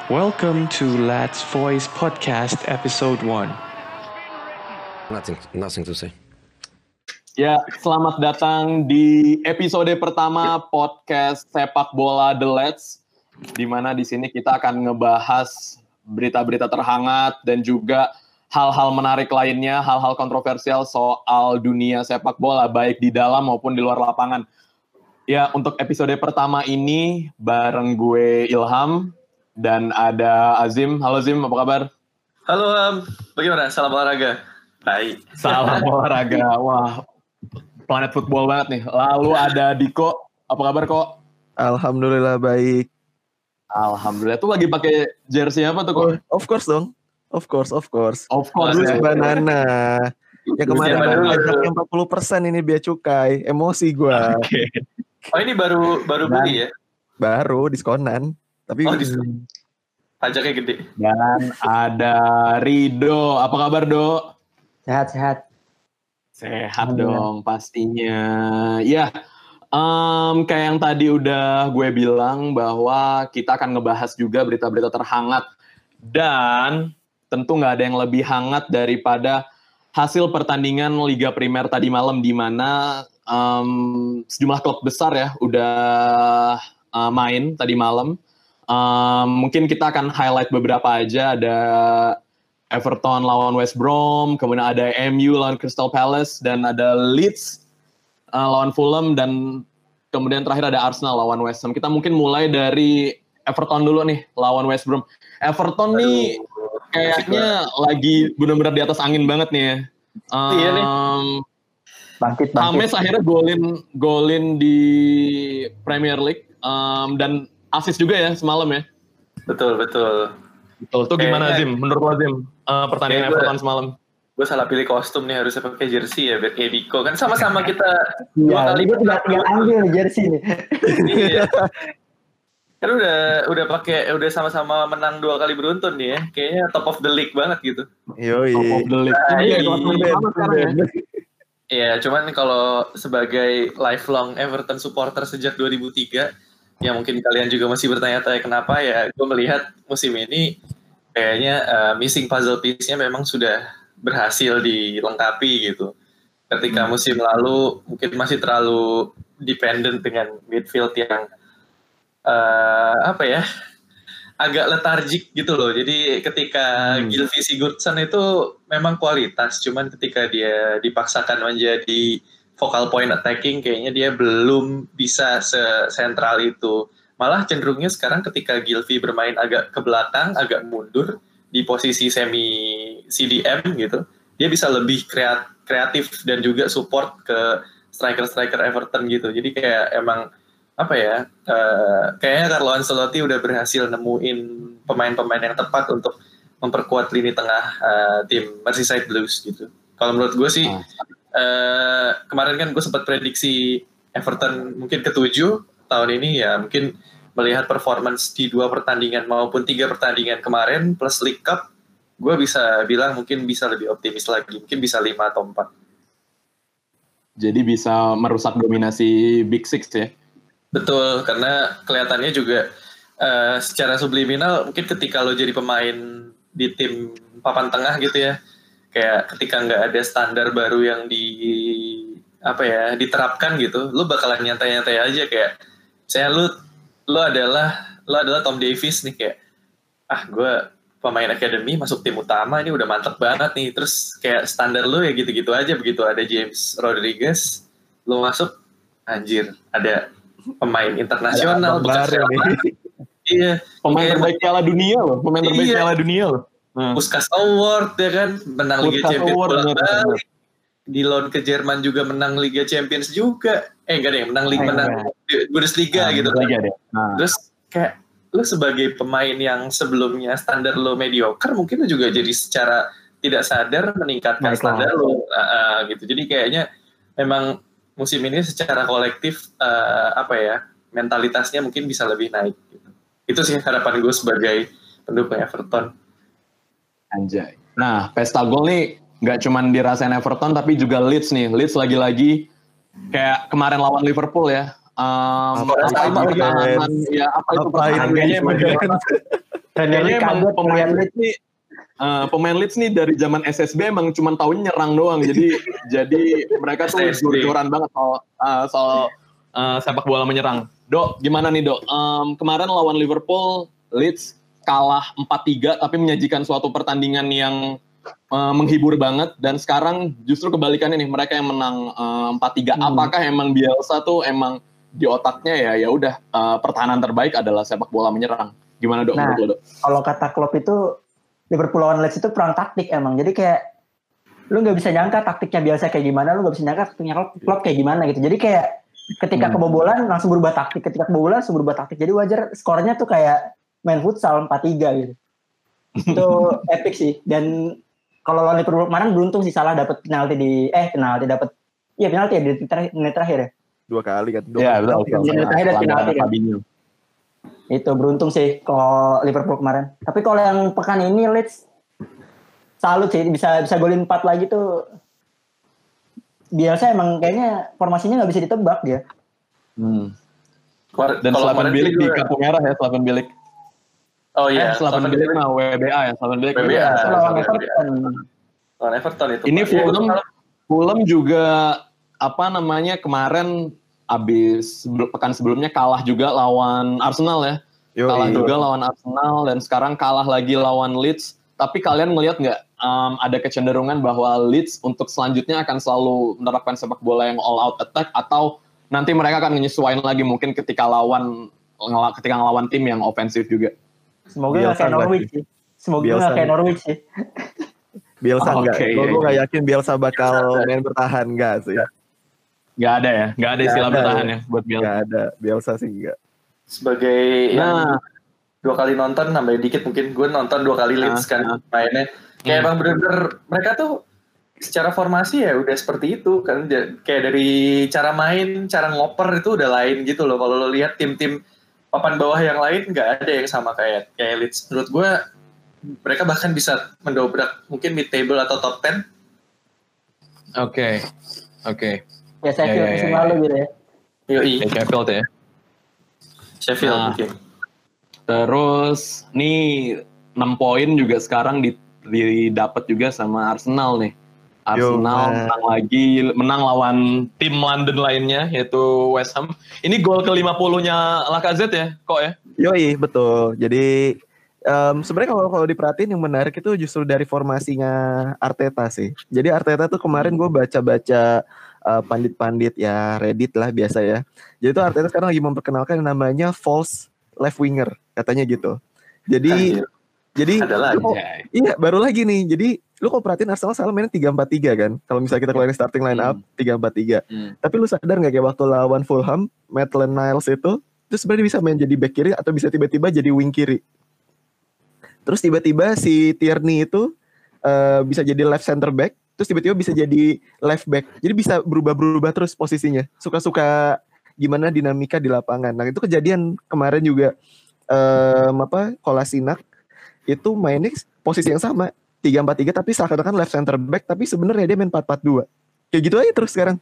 Welcome to Let's Voice Podcast Episode 1. Nothing to say. Ya, selamat datang di episode pertama podcast sepak bola The Let's, di mana di sini kita akan ngebahas berita-berita terhangat dan juga hal-hal menarik lainnya, hal-hal kontroversial soal dunia sepak bola, baik di dalam maupun di luar lapangan. Ya, untuk episode pertama ini bareng gue Ilham dan ada Azim. Halo Azim, apa kabar? Halo bagaimana? Salam olahraga. Baik. Salam olahraga. Wah, planet football banget nih. Lalu ada Diko. Apa kabar kok? Alhamdulillah baik. Alhamdulillah. Tuh lagi pakai jersey apa tuh kok? Of course dong. Of course. Of course. Terus Ya. banana. Ya kemarin Baru. pajaknya 40% ini biaya cukai. Emosi gua. Oke. Oh ini baru beli ya? Baru diskonan. Tapi Pajaknya gede. Dan ada Rido. Apa kabar, Do? Sehat. Sehat dong pastinya. Ya, kayak yang tadi udah gue bilang bahwa kita akan ngebahas juga berita-berita terhangat. Dan tentu nggak ada yang lebih hangat daripada hasil pertandingan Liga Primer tadi malam, di mana sejumlah klub besar ya udah main tadi malam. Mungkin kita akan highlight beberapa aja. Ada Everton lawan West Brom, kemudian ada MU lawan Crystal Palace, dan ada Leeds lawan Fulham, dan kemudian terakhir ada Arsenal lawan West Ham. Kita mungkin mulai dari Everton dulu nih, lawan West Brom. Everton nih kayaknya lagi benar-benar di atas angin banget nih ya. Iya nih. Bangkit. James akhirnya golin di Premier League, dan assist juga ya semalam ya. Betul. Betul. Tuh gimana Zim? Menurut lo Zim, pertandingan Everton semalam? Gue salah pilih kostum nih, harusnya pakai jersey ya biar kayak Diko. Kan sama-sama kita Iya, gue tinggal ambil jersey nih. Iya. Kan udah sama-sama menang 2 kali beruntun nih ya. Kayaknya top of the league banget gitu. Yoi. Top of the league. Iya, kelas pertama sekarang ya. Iya, cuman kalau sebagai lifelong Everton supporter sejak 2003, ya mungkin kalian juga masih bertanya-tanya kenapa ya, gue melihat musim ini kayaknya missing puzzle piece-nya memang sudah berhasil dilengkapi gitu. Ketika musim lalu mungkin masih terlalu dependent dengan midfield yang agak letargik gitu loh. Jadi ketika Gylfi Sigurdsson itu memang kualitas, cuman ketika dia dipaksakan menjadi focal point attacking, kayaknya dia belum bisa sesentral itu. Malah cenderungnya sekarang ketika Gylfi bermain agak ke belakang, agak mundur di posisi semi CDM gitu, dia bisa lebih kreatif dan juga support ke striker-striker Everton gitu. Jadi kayak emang kayaknya Carlo Ancelotti udah berhasil nemuin pemain-pemain yang tepat untuk memperkuat lini tengah tim Merseyside Blues gitu. Kalau menurut gue sih, kemarin kan gue sempat prediksi Everton mungkin ke-7 tahun ini ya, mungkin melihat performance di 2 pertandingan maupun 3 pertandingan kemarin plus League Cup, gue bisa bilang mungkin bisa lebih optimis lagi, mungkin bisa 5 atau 4. Jadi bisa merusak dominasi Big Six ya? Betul, karena kelihatannya juga secara subliminal mungkin ketika lo jadi pemain di tim papan tengah gitu ya, kayak ketika nggak ada standar baru yang diterapkan gitu, lo bakalan nyantai-nyantai aja. Kayak saya lo adalah Tom Davies nih, kayak gue pemain akademi masuk tim utama ini udah mantep banget nih, terus kayak standar lo ya gitu-gitu aja. Begitu ada James Rodriguez, lo masuk, anjir ada pemain internasional baru nih. Iya, Pemain terbaik Piala Dunia loh. Puskás Award ya kan, menang Liga Puskás Champions Award, bolak-balik. Di loan ke Jerman juga menang Liga Champions juga. Enggak deh, menang Bundesliga gitu. Bundesliga deh. Terus kayak lu sebagai pemain yang sebelumnya standar lo mediocre, mungkin lu juga jadi secara tidak sadar meningkatkan standar lo gitu. Jadi kayaknya memang musim ini secara kolektif mentalitasnya mungkin bisa lebih naik gitu. Itu sih harapan gue sebagai pendukung Everton. Anjay. Nah, pesta gol nih nggak cuman dirasain Everton tapi juga Leeds nih. Leeds lagi-lagi kayak kemarin lawan Liverpool ya. Apa itu pertahanan? Ya, apa itu pertahanan? Kayaknya Premier Kayaknya League emang kaget pemain ngeliat Leeds nih, pemain Leeds nih dari zaman SSB emang cuma tahu nyerang doang. Jadi mereka tuh SSB. jor-joran banget soal sepak bola menyerang. Dok, gimana nih Dok? Kemarin lawan Liverpool, Leeds kalah 4-3 tapi menyajikan suatu pertandingan yang menghibur banget, dan sekarang justru kebalikannya nih, mereka yang menang 4-3. Apakah emang Bielsa tuh emang di otaknya ya udah pertahanan terbaik adalah sepak bola menyerang? Gimana Dok? Nah, menurut lo, Dok? kalau kata Klopp itu Liverpool lawan Leeds itu perang taktik emang. Jadi kayak lu nggak bisa nyangka taktiknya biasa kayak gimana, lu nggak bisa nyangka taktiknya Klopp kayak gimana gitu. Jadi kayak ketika kebobolan langsung berubah taktik, ketika kebobolan langsung berubah taktik. Jadi wajar skornya tuh kayak main futsal 4-3 gitu. Itu epic sih. Dan kalau lawan Liverpool kemarin beruntung sih, Salah dapat penalti di penalti ya di menit terakhir ya. 2 kali kan. Iya, betul. Di menit terakhir ada penalti kan. Fabinho. Itu beruntung sih kalau Liverpool kemarin. Tapi kalau yang pekan ini Leeds salut sih, bisa golin 4 lagi tuh. Biasa emang kayaknya formasinya nggak bisa ditebak dia. Dan Slaven Bilic di kartu merah ya, Slaven Bilic. Oh iya, Slaven Bilic mah WBA ya, Slaven Bilic. WBA. Lawan Everton. Lawan Everton itu. Ini Pak. Fulham juga kemarin abis pekan sebelumnya kalah juga lawan Arsenal ya. Kalah juga lawan Arsenal, dan sekarang kalah lagi lawan Leeds. Tapi kalian ngelihat nggak ada kecenderungan bahwa Leeds untuk selanjutnya akan selalu menerapkan sepak bola yang all out attack, atau nanti mereka akan menyesuaikan lagi mungkin ketika ngelawan tim yang ofensif juga? Semoga nggak kayak Norwich sih. Semoga nggak kayak Norwich sih. Bielsa enggak. Okay, Gue nggak yakin Bielsa bakal main bertahan, enggak sih. Nggak ada ya, nggak ada istilah bertahan ya buat Bielsa. Nggak ada, Bielsa sih enggak. Sebagai yang 2 kali nonton, nambahin dikit mungkin, gue nonton 2 kali Leeds kan mainnya. Kayak emang bener-bener mereka tuh secara formasi ya udah seperti itu kan, kayak dari cara main, cara ngoper itu udah lain gitu loh. Kalau lo lihat tim-tim papan bawah yang lain nggak ada yang sama kayak Leeds. Menurut gue mereka bahkan bisa mendobrak mungkin mid table atau top 10. Oke. Ya Sheffield musim lalu gitu ya. Yoi. Sheffield ya. Sheffield mungkin. Terus nih 6 poin juga sekarang didapat juga sama Arsenal nih. Arsenal menang lawan tim London lainnya yaitu West Ham. Ini gol ke-50-nya Lacazette ya, kok ya? Yoi, betul. Jadi sebenarnya kalau diperhatiin yang menarik itu justru dari formasinya Arteta sih. Jadi Arteta tuh kemarin gue baca-baca pandit-pandit ya Reddit lah biasa ya. Jadi tuh Arteta sekarang lagi memperkenalkan yang namanya false left winger, katanya gitu. Jadi iya baru lagi nih. Jadi lu kalau perhatiin Arsenal salah mainnya 3-4-3 kan. Kalau misalnya kita keluarin starting line up 3-4-3. Tapi lu sadar nggak kayak waktu lawan Fulham, Maitland-Niles itu sebenarnya bisa main jadi back kiri atau bisa tiba-tiba jadi wing kiri. Terus tiba-tiba si Tierney itu bisa jadi left center back, terus tiba-tiba bisa jadi left back. Jadi bisa berubah-berubah terus posisinya. Suka-suka gimana dinamika di lapangan. Nah, itu kejadian kemarin juga Kolasinac itu mainnya posisi yang sama 3-4-3 tapi seakan-akan left center back, tapi sebenarnya dia main 4-4-2. Kayak gitu aja terus sekarang.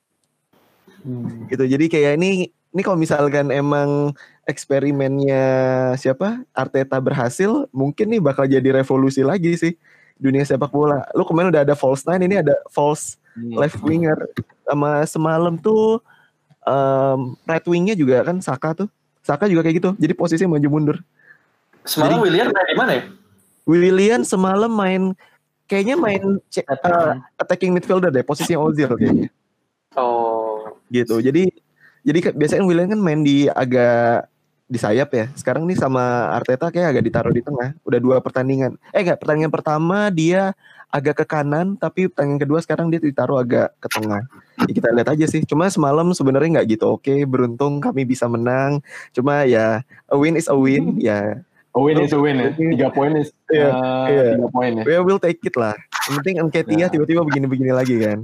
Gitu. Jadi kayak ini kalau misalkan emang eksperimennya Arteta berhasil, mungkin nih bakal jadi revolusi lagi sih dunia sepak bola. Lu kemarin udah ada false nine, ini ada false left winger. Sama semalam tuh right wingnya juga kan Saka juga kayak gitu. Jadi posisinya maju mundur. Semalam Willian main di mana ya? Willian semalam kayaknya main attacking midfielder deh, posisinya Ozil kayaknya. Oh. Gitu. Jadi biasanya Willian kan main agak di sayap ya. Sekarang nih sama Arteta kayak agak ditaruh di tengah. Udah 2 pertandingan. Pertandingan pertama dia agak ke kanan, tapi pertandingan kedua sekarang dia ditaruh agak ke tengah. Ya, kita lihat aja sih. Cuma semalam sebenarnya nggak gitu. Oke, beruntung kami bisa menang. Cuma ya a win is a win ya. A win is a win ya. 3 poin is 3 poin ya. We will take it lah. Yang penting Nketiah tiba-tiba begini-begini lagi kan.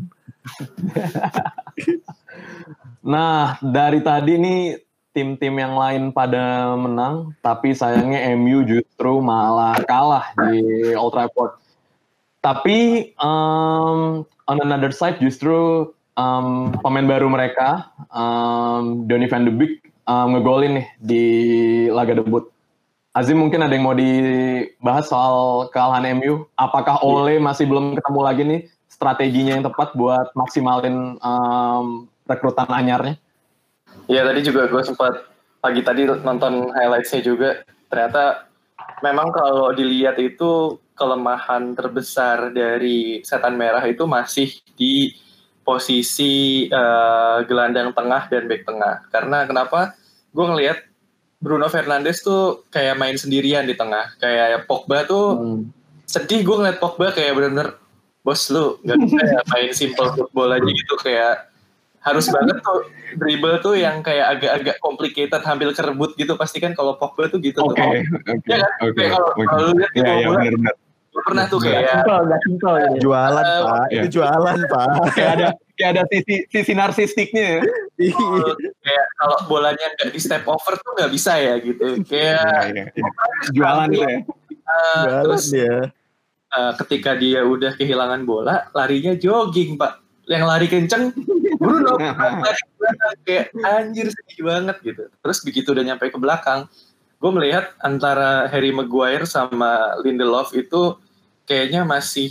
Nah, dari tadi nih tim-tim yang lain pada menang, tapi sayangnya MU justru malah kalah di Old Trafford. Tapi on another side justru pemain baru mereka, Donny van de Beek ngegolin nih di laga debut. Azim mungkin ada yang mau dibahas soal kekalahan MU. Apakah Ole masih belum ketemu lagi nih strateginya yang tepat buat maksimalin rekrutan anyarnya? Ya tadi juga gue sempat pagi tadi nonton highlights-nya juga. Ternyata memang kalau dilihat itu kelemahan terbesar dari Setan Merah itu masih di posisi gelandang tengah dan bek tengah. Karena kenapa? Gue ngelihat Bruno Fernandes tuh kayak main sendirian di tengah. Kayak Pogba tuh sedih gue ngeliat Pogba kayak bener-bener, bos lu gak bisa ya main simple football aja gitu, kayak harus banget tuh dribble tuh yang kayak agak-agak complicated, hampir kerebut gitu pasti kan kalau Pogba tuh gitu tuh. Ya kan? Kayak kalau lu lihat gitu bola, gue pernah tuh kayak Gak simpel. Jualan Pak, itu jualan Pak. kayak ada sisi narsistiknya. kayak kalau bolanya nggak di step over tuh nggak bisa ya gitu. Kayak Jualan itu ya. Terus dia. ketika dia udah kehilangan bola, larinya jogging Pak. Yang lari kenceng, Bruno lari ke belakang, kayak anjir sedih banget gitu. Terus begitu udah nyampe ke belakang, gue melihat antara Harry Maguire sama Lindelof itu kayaknya masih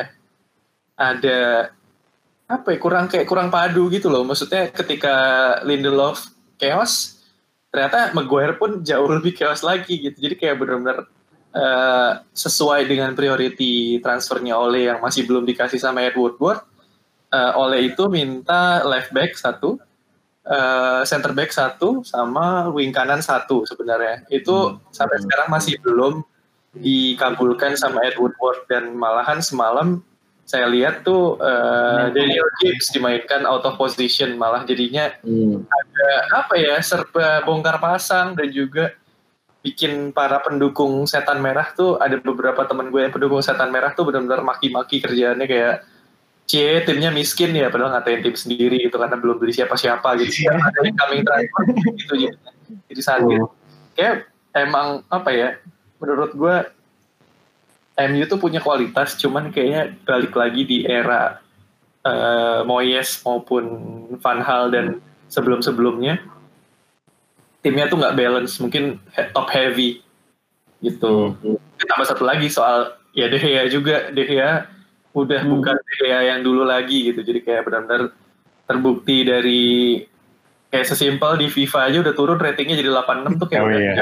ada kurang padu gitu loh. Maksudnya ketika Lindelof chaos, ternyata Maguire pun jauh lebih chaos lagi gitu. Jadi kayak benar-benar sesuai dengan priority transfernya Ole yang masih belum dikasih sama Ed Woodward. Ole itu minta left back 1, center back 1, sama wing kanan 1 sebenarnya. Itu sampai sekarang masih belum dikabulkan sama Ed Woodward, dan malahan semalam saya lihat tuh Daniel James dimainkan out of position, malah jadinya ada serba bongkar pasang, dan juga bikin para pendukung Setan Merah tuh, ada beberapa teman gue yang pendukung Setan Merah tuh benar-benar maki-maki kerjaannya, kayak timnya miskin ya, padahal ngatain tim sendiri gitu karena belum beli siapa-siapa gitu. Ada incoming transfer gitu jadi sakit. Kayak emang menurut gue MU tuh punya kualitas, cuman kayaknya balik lagi di era Moyes maupun Van Gaal dan sebelum-sebelumnya, timnya tuh nggak balance, mungkin top heavy gitu. Tambah satu lagi soal ya De Gea juga, De Gea udah bukan De Gea yang dulu lagi gitu, jadi kayak benar-benar terbukti dari kayak sesimpel di FIFA aja udah turun ratingnya jadi 86 tuh kayak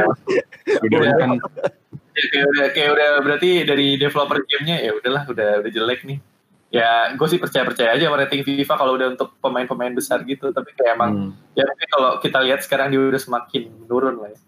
udah berarti dari developer gamenya ya udahlah udah jelek nih. Ya gue sih percaya aja sama rating FIFA kalau udah untuk pemain-pemain besar gitu, tapi kayak emang ya mungkin kalau kita lihat sekarang dia udah semakin menurun lah ya.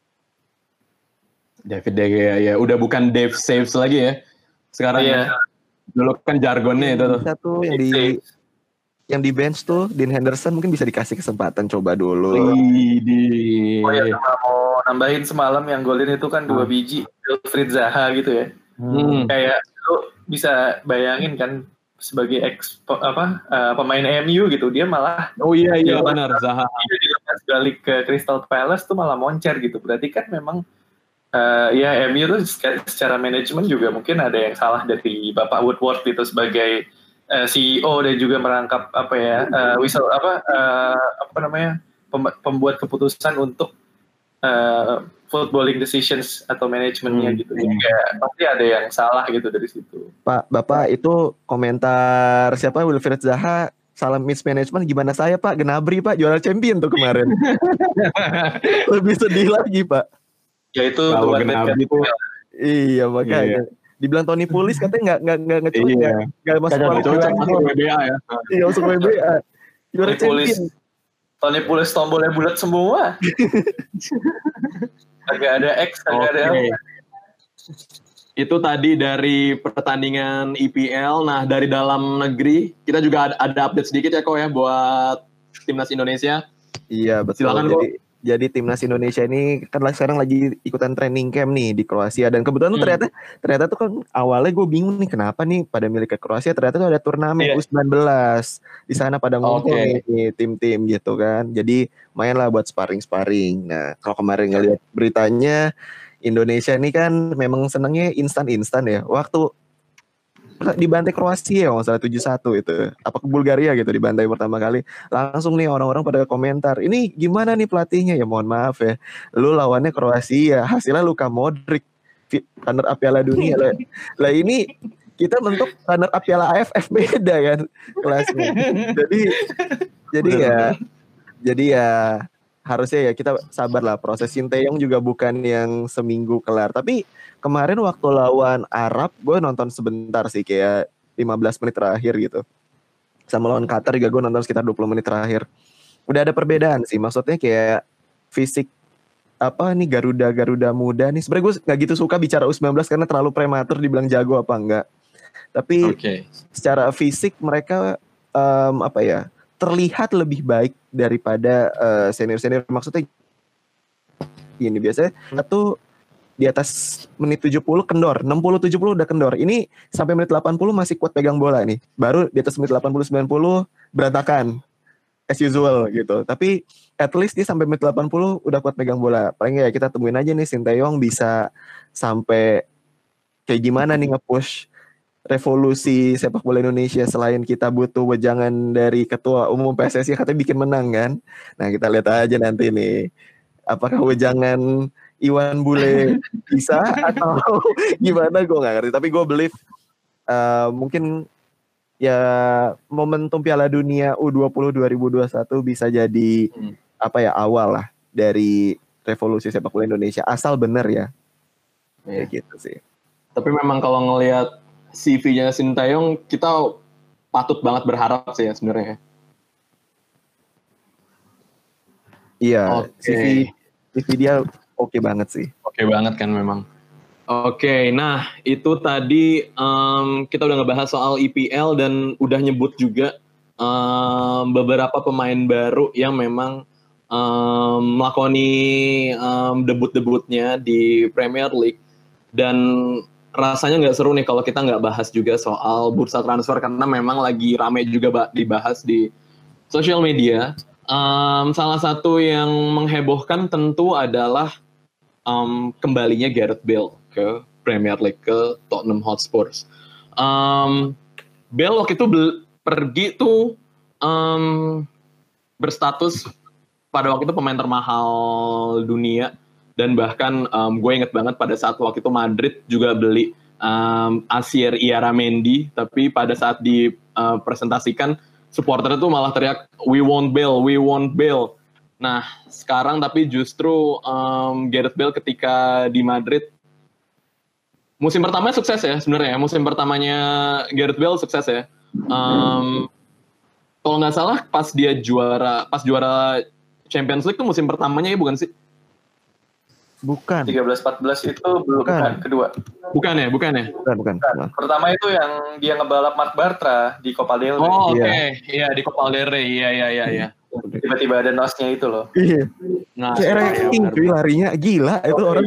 David De Gea ya udah bukan Dave Saves lagi ya sekarang. Dulu kan jargonnya itu tuh. Satu yang di bench tuh Dean Henderson mungkin bisa dikasih kesempatan coba dulu. Oh ya, mau nambahin semalam yang golin itu kan 2 biji Wilfried Zaha gitu ya. Kayak lu bisa bayangin kan sebagai pemain MU gitu, dia malah benar Zaha. Dia dilepas balik ke Crystal Palace tuh malah moncer gitu. Berarti kan memang MU tuh secara manajemen juga mungkin ada yang salah dari Bapak Woodward gitu sebagai CEO, dan juga merangkap pembuat keputusan untuk footballing decisions atau manajemennya gitu. Jadi kayak pasti ada yang salah gitu dari situ. Pak, Bapak itu komentar siapa Wilfried Zaha salah mismanagement, gimana saya Pak? Gnabry Pak juara champion tuh kemarin. Lebih sedih lagi Pak. Ya itu kalau Gnabry itu iya makanya. Dibilang Tony Pulis katanya nggak ngecocok, nggak masuk WBA ya. Iya masuk WBA. Juara champion. Tony Pulis tombolnya bulat semua. Agak ada X, agak ada apa. Itu tadi dari pertandingan EPL. Nah dari dalam negeri kita juga ada update sedikit ya kok ya buat timnas Indonesia. Iya betul. Silakan kok. Jadi timnas Indonesia ini kan sekarang lagi ikutan training camp nih di Kroasia, dan kebetulan tuh ternyata tuh kan awalnya gue bingung nih kenapa nih pada milik ke Kroasia, ternyata tuh ada turnamen U19 di sana pada ngumpul nih tim-tim gitu kan. Jadi main lah buat sparring. Nah kalau kemarin ngeliat beritanya, Indonesia ini kan memang senangnya instan ya. Waktu dibantai Kroasia kalau nggak salah 7-1 itu. Apa ke Bulgaria gitu dibantai pertama kali. Langsung nih orang-orang pada komentar, ini gimana nih pelatihnya? Ya mohon maaf ya, lu lawannya Kroasia, hasilnya Luka Modric, runner up Piala Dunia lah. Lah ini kita bentuk runner up Piala AFF, beda kan kelasnya. Jadi ya harusnya ya kita sabar lah, proses Sinteyong juga bukan yang seminggu kelar. Tapi kemarin waktu lawan Arab gue nonton sebentar sih, kayak 15 menit terakhir gitu. Sama lawan Qatar juga gue nonton sekitar 20 menit terakhir. Udah ada perbedaan sih, maksudnya kayak fisik apa nih Garuda muda nih. Sebenarnya gue gak gitu suka bicara U19 karena terlalu prematur dibilang jago apa enggak. Tapi secara fisik mereka terlihat lebih baik daripada senior-senior. Maksudnya ini biasanya satu di atas menit 70 kendor, 60-70 udah kendor. Ini sampai menit 80 masih kuat pegang bola nih. Baru di atas menit 80-90 berantakan as usual gitu. Tapi at least dia sampai menit 80 udah kuat pegang bola. Paling ya kita temuin aja nih Sinteyong bisa sampai kayak gimana nih nge-push revolusi sepak bola Indonesia, selain kita butuh wejangan dari ketua umum PSSI katanya bikin menang kan. Nah kita lihat aja nanti nih apakah wejangan Iwan Bule bisa atau gimana, gue nggak ngerti. Tapi gue believe mungkin ya momentum Piala Dunia U20 2021 bisa jadi awal lah dari revolusi sepak bola Indonesia, asal bener ya. Kayak gitu sih. Tapi memang kalau ngelihat CV-nya Sinteyong, kita patut banget berharap sih ya sebenarnya. Iya, CV dia oke banget sih. Oke banget kan memang. Oke, nah itu tadi kita udah ngebahas soal EPL dan udah nyebut juga beberapa pemain baru yang memang melakoni debut-debutnya di Premier League. Dan rasanya nggak seru nih kalau kita nggak bahas juga soal bursa transfer, karena memang lagi rame juga dibahas di sosial media. Salah satu yang menghebohkan tentu adalah kembalinya Gareth Bale ke Premier League, ke Tottenham Hotspur. Bale waktu itu pergi tuh berstatus pada waktu itu pemain termahal dunia. Dan bahkan gue inget banget pada saat waktu itu Madrid juga beli Asier Iaramendi, tapi pada saat dipresentasikan supporter itu malah teriak we want Bale, we want Bale. Nah sekarang tapi justru Gareth Bale ketika di Madrid musim pertamanya sukses ya sebenarnya. Musim pertamanya Gareth Bale sukses ya. Kalau nggak salah pas juara Champions League tuh musim pertamanya ya, bukan sih? Bukan. 13-14 itu belum kan kedua. Bukan ya? Bukan. Pertama itu yang dia ngebalap Mark Bartra di Copa del Rey. Oh oke. Iya di Copa del Rey. Iya. Tiba-tiba ada nosnya itu loh. Iya. Nah, kayak cuy larinya gila itu orang.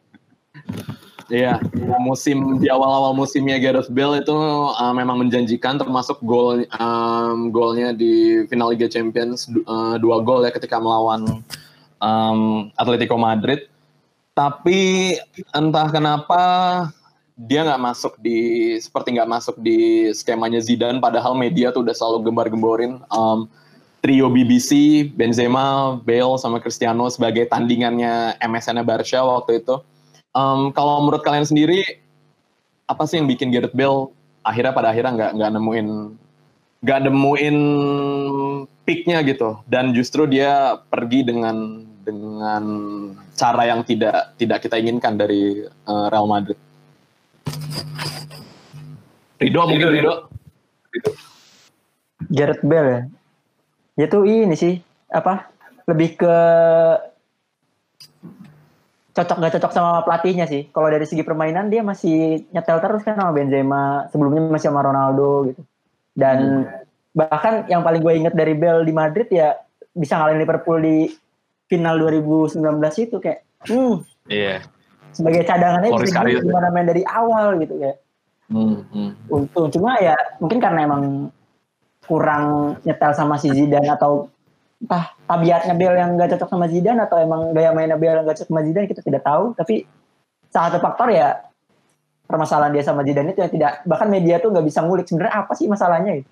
Iya, di awal-awal musimnya Gareth Bale itu memang menjanjikan, termasuk golnya di final Liga Champions 2 gol ya ketika melawan Atletico Madrid. Tapi entah kenapa dia nggak masuk di skemanya Zidane, padahal media tuh udah selalu gembar-gemborin trio BBC, Benzema, Bale sama Cristiano sebagai tandingannya MSN-nya Barca waktu itu. Kalau menurut kalian sendiri, apa sih yang bikin Gareth Bale pada akhirnya nggak nemuin peak-nya gitu, dan justru dia pergi dengan cara yang tidak kita inginkan dari Real Madrid. Rido. Gareth Bale ya. Dia tuh ini sih lebih ke cocok gak cocok sama pelatihnya sih. Kalau dari segi permainan dia masih nyetel terus kan sama Benzema, sebelumnya masih sama Ronaldo gitu. Dan bahkan yang paling gue inget dari Bale di Madrid ya bisa ngalahin Liverpool di final 2019 itu kayak Iya. Sebagai cadangannya bisa gimana main dari awal gitu kayak. Untung cuma ya mungkin karena emang kurang nyetel sama si Zidane, atau entah tabiatnya Bale yang gak cocok sama Zidane, atau emang gaya mainnya Bale yang gak cocok sama Zidane, kita tidak tahu. Tapi salah satu faktor ya permasalahan dia sama Zidane itu yang tidak, bahkan media tuh nggak bisa ngulik sebenarnya apa sih masalahnya.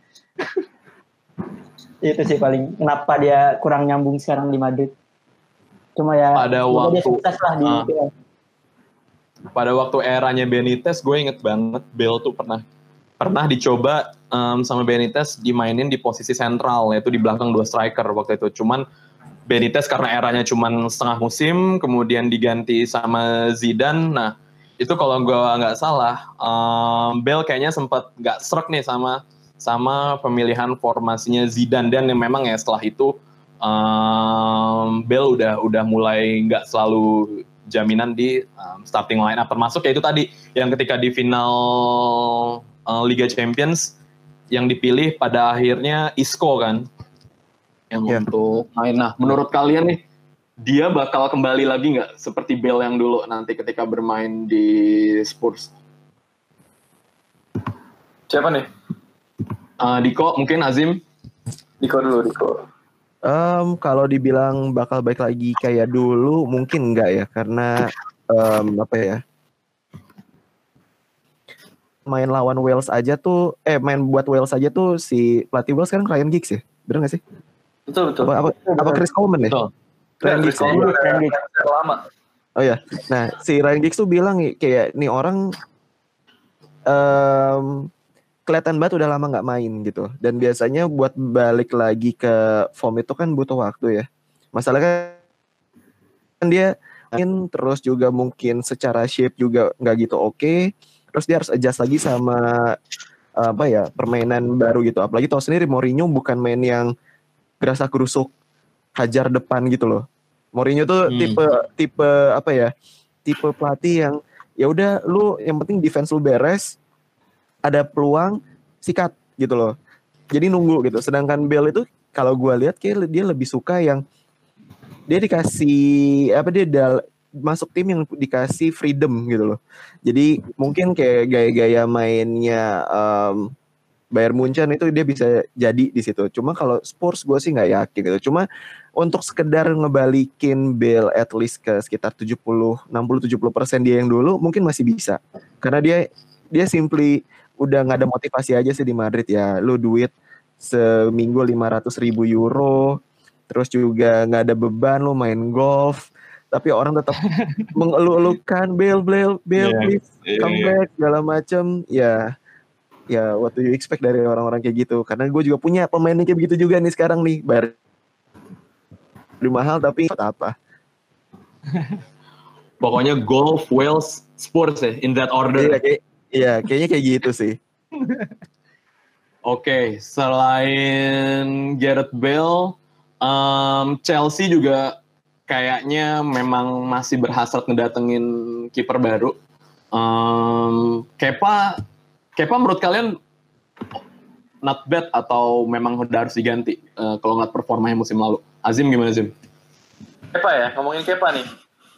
Itu sih paling kenapa dia kurang nyambung sekarang di Madrid. Cuma ya pada dia sukses lah di pada waktu eranya Benitez, gue inget banget Bale tuh pernah dicoba sama Benitez dimainin di posisi sentral, yaitu di belakang 2 striker waktu itu. Cuman Benitez karena eranya cuman setengah musim, kemudian diganti sama Zidane. Nah, itu kalau gue nggak salah, Bale kayaknya sempat nggak srek nih sama pemilihan formasinya Zidane, dan yang memang ya setelah itu Bale udah mulai nggak selalu jaminan di starting lineup, termasuk ya itu tadi yang ketika di final Liga Champions yang dipilih pada akhirnya Isco kan yang untuk main. Nah, menurut kalian nih, dia bakal kembali lagi nggak seperti Bale yang dulu nanti ketika bermain di Spurs? Siapa nih? Diko, mungkin Azim? Diko dulu, Diko. Kalau dibilang bakal baik lagi kayak dulu, mungkin enggak ya, karena apa ya? Main lawan Wales aja tuh, main buat Wales aja tuh si pelatih Wales kan Ryan Giggs ya, bener nggak sih? Betul. Apa Chris Coleman ya? Betul. Ryan Giggs. Lama. Oh ya, nah si Ryan Giggs tuh bilang kayak nih orang kelihatan banget udah lama nggak main gitu, dan biasanya buat balik lagi ke form itu kan butuh waktu ya. Masalahnya kan dia main terus juga mungkin secara shape juga nggak gitu oke. Terus dia harus adjust lagi sama apa ya, permainan baru gitu. Apalagi tahu sendiri Mourinho bukan main yang gerasa gerusuk hajar depan gitu loh. Mourinho tuh tipe apa ya? Tipe pelatih yang ya udah lu yang penting defense lu beres, ada peluang sikat gitu loh. Jadi nunggu gitu. Sedangkan Bale itu kalau gue lihat kayak dia lebih suka yang dia dikasih apa, dia masuk tim yang dikasih freedom gitu loh. Jadi mungkin kayak gaya-gaya mainnya Bayern Munchen itu dia bisa jadi di situ. Cuma kalau Spurs gue sih nggak yakin gitu. Cuma untuk sekedar ngebalikin Bale at least ke sekitar 60-70% dia yang dulu mungkin masih bisa. Karena dia simply udah nggak ada motivasi aja sih di Madrid ya. Lu duit seminggu 500.000 euro, terus juga nggak ada beban, lu main golf, tapi orang tetap mengeluh-elukan Bale please come back segala macem. Ya what do you expect dari orang-orang kayak gitu? Karena gue juga punya pemain kayak begitu juga nih sekarang nih, bayar mahal tapi apa? Pokoknya golf, Wales, Spurs ya, in that order. Iya, kayaknya kayak gitu sih. Oke, selain Gareth Bale, Chelsea juga kayaknya memang masih berhasrat ngedatengin kiper baru. Kepa menurut kalian not bad atau memang udah harus diganti kalau ngeliat performanya musim lalu? Azim gimana, Azim? Kepa ya, ngomongin Kepa nih.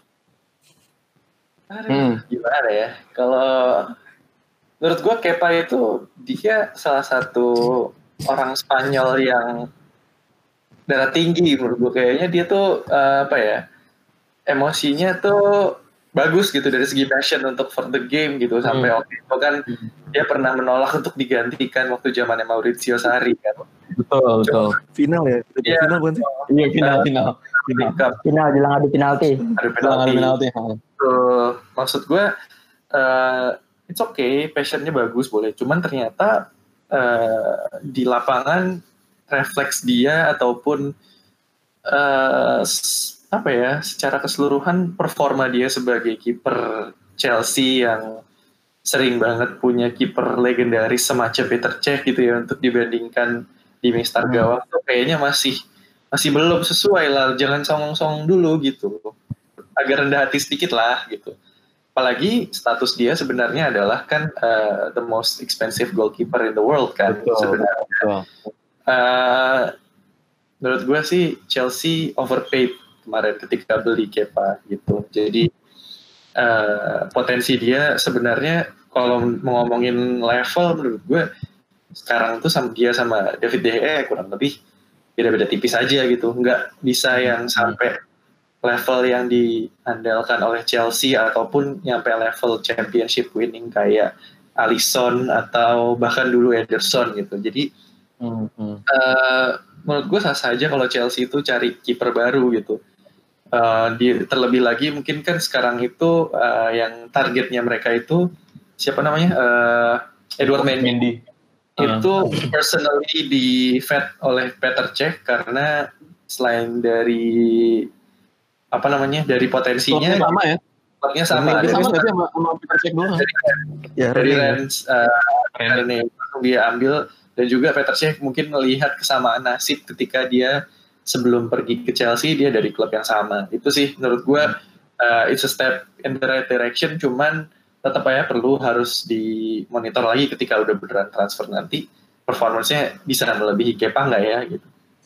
Gimana ya? Kalau menurut gue Kepa itu dia salah satu orang Spanyol yang darah tinggi menurut gue. Kayaknya dia tuh emosinya tuh bagus gitu dari segi passion untuk for the game gitu. Sampai waktu itu kan dia pernah menolak untuk digantikan waktu zamannya Maurizio Sarri kan. Betul. Final ya? Final bukan sih? Iya, final bilang adu penalti. Maksud gue it's okay, passionnya bagus boleh. Cuman ternyata di lapangan refleks dia ataupun secara keseluruhan performa dia sebagai kiper Chelsea yang sering banget punya kiper legendaris semacam Peter Cech gitu ya untuk dibandingkan di Mister Gawang tuh kayaknya masih belum sesuai lah. Jangan songong-songong dulu gitu, agak rendah hati sedikit lah gitu. Apalagi status dia sebenarnya adalah kan the most expensive goalkeeper in the world kan. Sebenarnya menurut gue sih Chelsea overpaid kemarin ketika beli Kepa gitu. Jadi potensi dia sebenarnya kalau mau ngomongin level menurut gue sekarang tuh sama David De Gea kurang lebih beda-beda tipis aja gitu. Nggak bisa yang sampai level yang diandalkan oleh Chelsea ataupun nyampe level championship winning kayak Alisson atau bahkan dulu Ederson gitu. Jadi menurut gue sah saja kalau Chelsea itu cari kiper baru gitu. Terlebih lagi mungkin kan sekarang itu yang targetnya mereka itu siapa namanya Edward Mendy. Itu personally di-vet oleh Petr Cech karena selain dari dari potensinya sama ya. Klubnya sama. Sama nggak sih sama Petr Cech dulu? Dari Rennes dia ambil, dan juga Petr Cech mungkin melihat kesamaan nasib ketika dia sebelum pergi ke Chelsea dia dari klub yang sama. Itu sih menurut gue it's a step in the right direction, cuman tetap aja harus dimonitor lagi ketika udah beneran transfer nanti performance-nya bisa melebihi Kepa nggak ya gitu.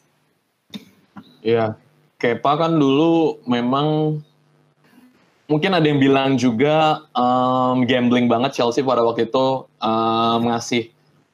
Iya, Kepa kan dulu memang mungkin ada yang bilang juga gambling banget Chelsea pada waktu itu ngasih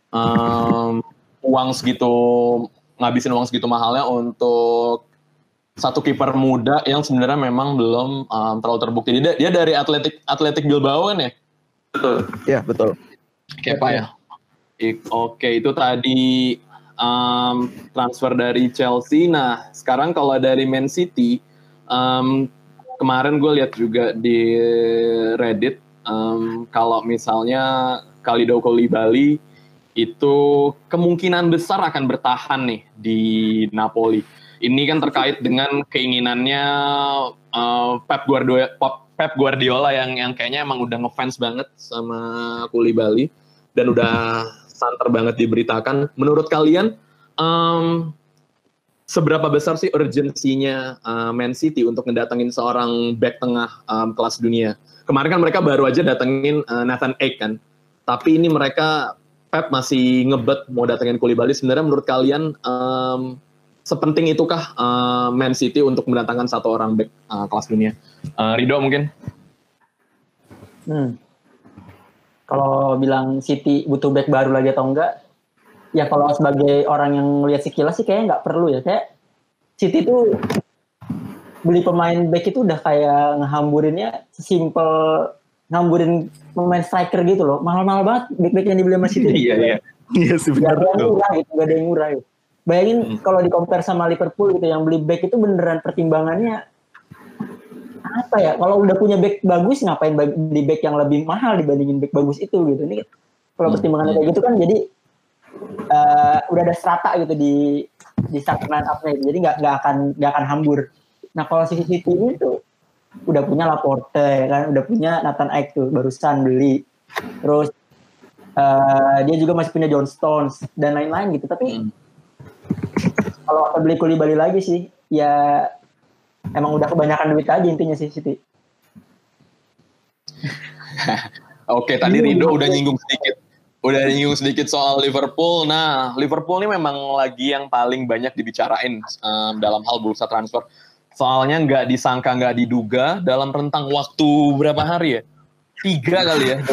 ngabisin uang segitu mahalnya untuk satu kiper muda yang sebenarnya memang belum terlalu terbukti. Dia dari Athletic Bilbao kan ya? Betul. Iya, betul. Kepa ya? Oke, itu tadi transfer dari Chelsea. Nah, sekarang kalau dari Man City, kemarin gue lihat juga di Reddit, kalau misalnya Kalidou Koulibaly itu kemungkinan besar akan bertahan nih di Napoli. Ini kan terkait dengan keinginannya Pep Guardiola yang kayaknya emang udah ngefans banget sama Koulibaly dan udah santer banget diberitakan. Menurut kalian seberapa besar sih urgensinya Man City untuk ngedatengin seorang back tengah kelas dunia? Kemarin kan mereka baru aja datengin Nathan Ake kan, tapi ini mereka Pep masih ngebet mau datengin Koulibaly. Sebenarnya menurut kalian sepenting itukah Man City untuk mendatangkan satu orang back kelas dunia? Ridho mungkin? Kalau bilang City butuh back baru lagi atau enggak, ya kalau sebagai orang yang melihat sekilas sih kayaknya nggak perlu ya. Kayak City tuh beli pemain back itu udah kayak ngehamburinnya sesimpel ngamburin pemain striker gitu loh. Mahal-mahal banget back-back yang dibeli sama City. Iya sih benar. Gak ada yang murah gitu. Bayangin kalau di-compare sama Liverpool gitu, yang beli back itu beneran pertimbangannya apa ya? Kalau udah punya back bagus, ngapain beli back yang lebih mahal dibandingin back bagus itu gitu. Ini kalau pertimbangannya kayak gitu kan, jadi udah ada strata gitu di start line up-nya, jadi nggak akan hambur. Nah kalau City ini tuh udah punya Laporte kan, udah punya Nathan Ake tuh barusan beli, terus dia juga masih punya John Stones dan lain-lain gitu. Tapi kalau beli Koulibaly lagi sih, ya emang udah kebanyakan duit aja intinya sih City. Oke, tadi Ridho udah nyinggung sedikit soal Liverpool. Nah, Liverpool ini memang lagi yang paling banyak dibicarain dalam hal bursa transfer. Soalnya nggak disangka, nggak diduga dalam rentang waktu berapa hari ya? 3 kali ya.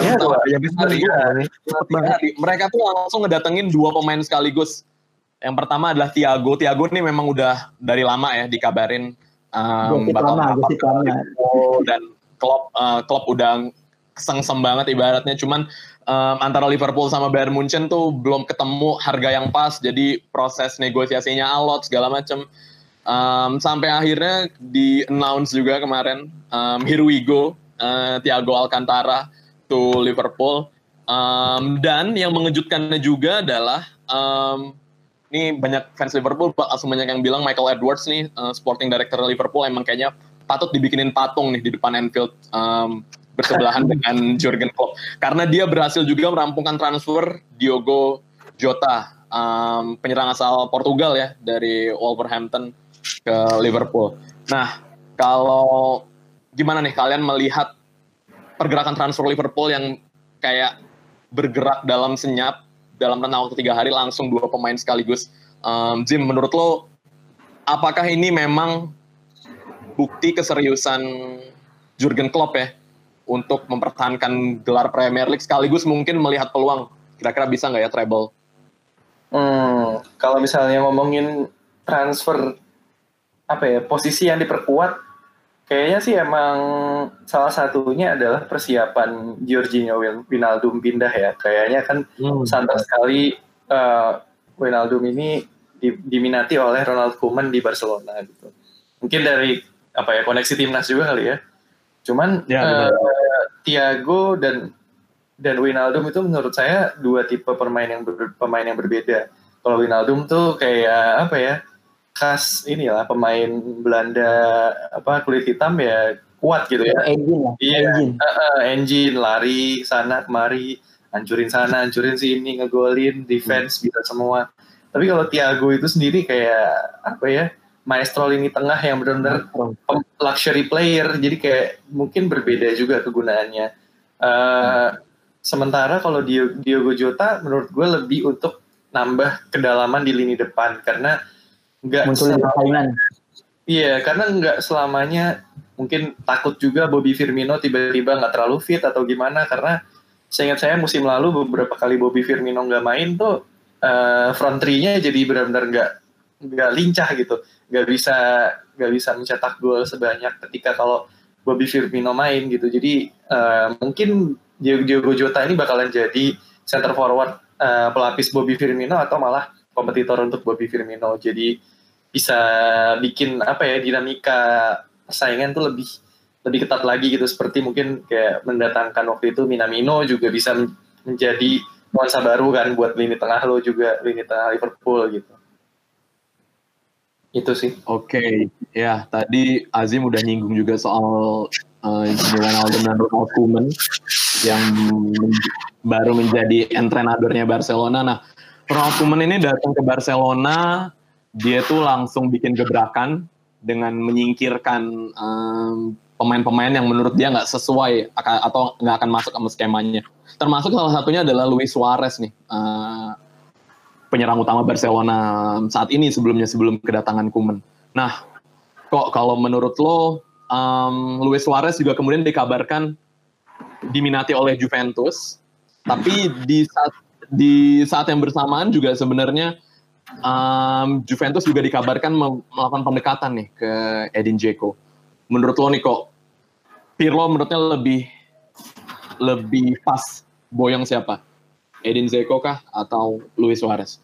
Mereka tuh langsung ngedatengin 2 pemain sekaligus. Yang pertama adalah Thiago. Thiago ini memang udah dari lama ya dikabarin bakal dan Klopp udah kesengsem banget ibaratnya. Cuman antara Liverpool sama Bayern Munchen tuh belum ketemu harga yang pas. Jadi proses negosiasinya alot segala macam. Sampai akhirnya di-announce juga kemarin, here we go, Thiago Alcantara to Liverpool. Dan yang mengejutkannya juga adalah ini banyak fans Liverpool langsung banyak yang bilang Michael Edwards nih, sporting director Liverpool, emang kayaknya patut dibikinin patung nih di depan Anfield bersebelahan dengan Jurgen Klopp, karena dia berhasil juga merampungkan transfer Diogo Jota, penyerang asal Portugal ya, dari Wolverhampton ke Liverpool. Nah, kalau gimana nih kalian melihat pergerakan transfer Liverpool yang kayak bergerak dalam senyap, dalam rentang waktu 3 hari langsung 2 pemain sekaligus? Jim, menurut lo apakah ini memang bukti keseriusan Jurgen Klopp ya untuk mempertahankan gelar Premier League sekaligus mungkin melihat peluang kira-kira bisa nggak ya treble? Kalau misalnya ngomongin transfer posisi yang diperkuat, Kayaknya sih emang salah satunya adalah persiapan Jorginho Wijnaldum pindah ya. Kayaknya kan santer sekali Wijnaldum ini diminati oleh Ronald Koeman di Barcelona gitu. Mungkin dari koneksi timnas juga kali ya. Cuman Thiago dan Wijnaldum itu menurut saya dua tipe pemain yang berbeda. Kalau Wijnaldum tuh kayak khas inilah pemain Belanda kulit hitam ya, kuat gitu ya. Engine lari sana kemari, hancurin sana hancurin sini, ngegolin, defense bisa semua. Tapi kalau Thiago itu sendiri kayak maestro lini tengah yang benar-benar luxury player, jadi kayak mungkin berbeda juga kegunaannya. Sementara kalau Diogo Jota menurut gue lebih untuk nambah kedalaman di lini depan, karena karena nggak selamanya, mungkin takut juga Bobby Firmino tiba-tiba nggak terlalu fit atau gimana, karena seingat saya musim lalu beberapa kali Bobby Firmino nggak main tuh front three-nya jadi benar-benar nggak lincah gitu, nggak bisa mencetak gol sebanyak ketika kalau Bobby Firmino main gitu. Jadi mungkin Diogo Jota ini bakalan jadi center forward pelapis Bobby Firmino atau malah kompetitor untuk Bobby Firmino. Jadi bisa bikin dinamika persaingan tuh lebih ketat lagi gitu, seperti mungkin kayak mendatangkan waktu itu Minamino juga bisa menjadi nuansa baru kan buat lini tengah lo juga, lini tengah Liverpool gitu. Itu sih. Oke. Ya, tadi Azim udah nyinggung juga soal Wijnaldum dan Ronald Koeman yang baru menjadi entrenadornya Barcelona. Nah, Ronald Koeman ini datang ke Barcelona, dia tuh langsung bikin gebrakan dengan menyingkirkan pemain-pemain yang menurut dia nggak sesuai atau nggak akan masuk sama skemanya. Termasuk salah satunya adalah Luis Suarez nih, penyerang utama Barcelona saat ini sebelum kedatangan Koeman. Nah, kok kalau menurut lo Luis Suarez juga kemudian dikabarkan diminati oleh Juventus, tapi di saat yang bersamaan juga sebenarnya Juventus juga dikabarkan melakukan pendekatan nih ke Edin Dzeko. Menurut lo nih kok, Pirlo menurutnya lebih pas boyong siapa? Edin Dzeko kah atau Luis Suarez?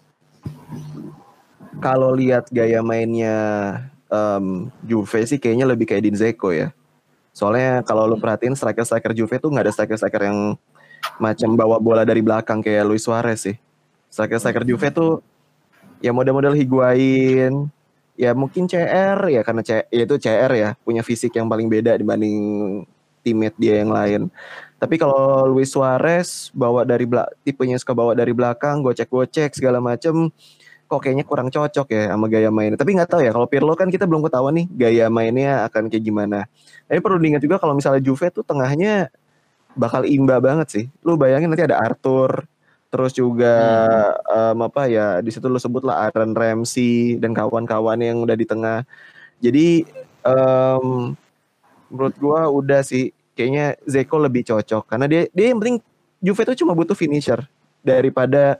Kalau lihat gaya mainnya Juve sih kayaknya lebih ke Edin Dzeko ya. Soalnya kalau lo perhatiin striker Juve tuh nggak ada striker yang macam bawa bola dari belakang kayak Luis Suarez sih. Striker Juve tuh ya model-model Higuain, ya mungkin CR ya, karena itu CR ya punya fisik yang paling beda dibanding teammate dia yang lain. Tapi kalau Luis Suarez tipenya suka bawa dari belakang, gocek-gocek segala macem, kok kayaknya kurang cocok ya sama gaya mainnya. Tapi nggak tahu ya, kalau Pirlo kan kita belum ketahuan nih gaya mainnya akan kayak gimana. Tapi perlu diingat juga kalau misalnya Juve tuh tengahnya bakal imba banget sih. Lu bayangin nanti ada Arthur, terus juga di situ lu sebut lah Aaron Ramsey dan kawan-kawan yang udah di tengah. Jadi menurut gua udah sih kayaknya Dzeko lebih cocok, karena dia yang penting Juve tuh cuma butuh finisher daripada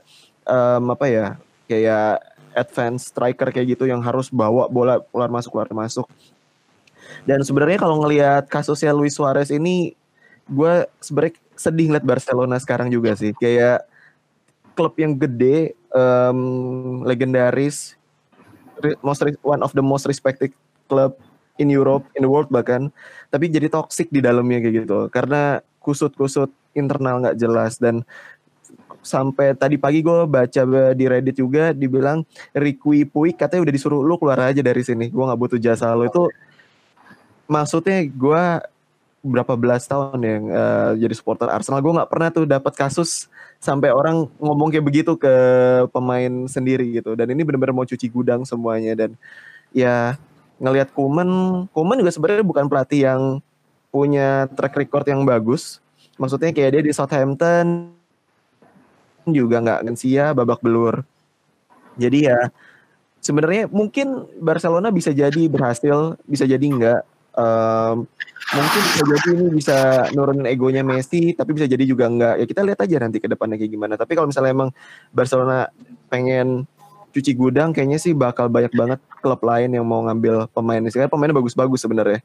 kayak advance striker kayak gitu yang harus bawa bola keluar masuk. Dan sebenarnya kalau ngelihat kasusnya Luis Suarez ini, gue sebenarnya sedih ngeliat Barcelona sekarang juga sih. Kayak klub yang gede, legendaris, one of the most respected club in Europe, in the world bahkan, tapi jadi toxic di dalamnya kayak gitu. Karena kusut-kusut internal nggak jelas. Dan sampai tadi pagi gue baca di Reddit juga dibilang Riqui Puig katanya udah disuruh lu keluar aja dari sini, gue nggak butuh jasa lo. Itu maksudnya gue berapa belas tahun yang jadi supporter Arsenal, gue nggak pernah tuh dapat kasus sampai orang ngomong kayak begitu ke pemain sendiri gitu. Dan ini benar-benar mau cuci gudang semuanya. Dan ya ngelihat Koeman juga sebenarnya bukan pelatih yang punya track record yang bagus. Maksudnya kayak dia di Southampton juga nggak gensia, babak belur. Jadi ya sebenarnya mungkin Barcelona bisa jadi berhasil, bisa jadi enggak. Mungkin bisa jadi ini bisa nurunin egonya Messi, tapi bisa jadi juga enggak. Ya kita lihat aja nanti ke depannya kayak gimana. Tapi kalau misalnya emang Barcelona pengen cuci gudang, kayaknya sih bakal banyak banget klub lain yang mau ngambil pemainnya. Karena pemainnya bagus-bagus sebenarnya.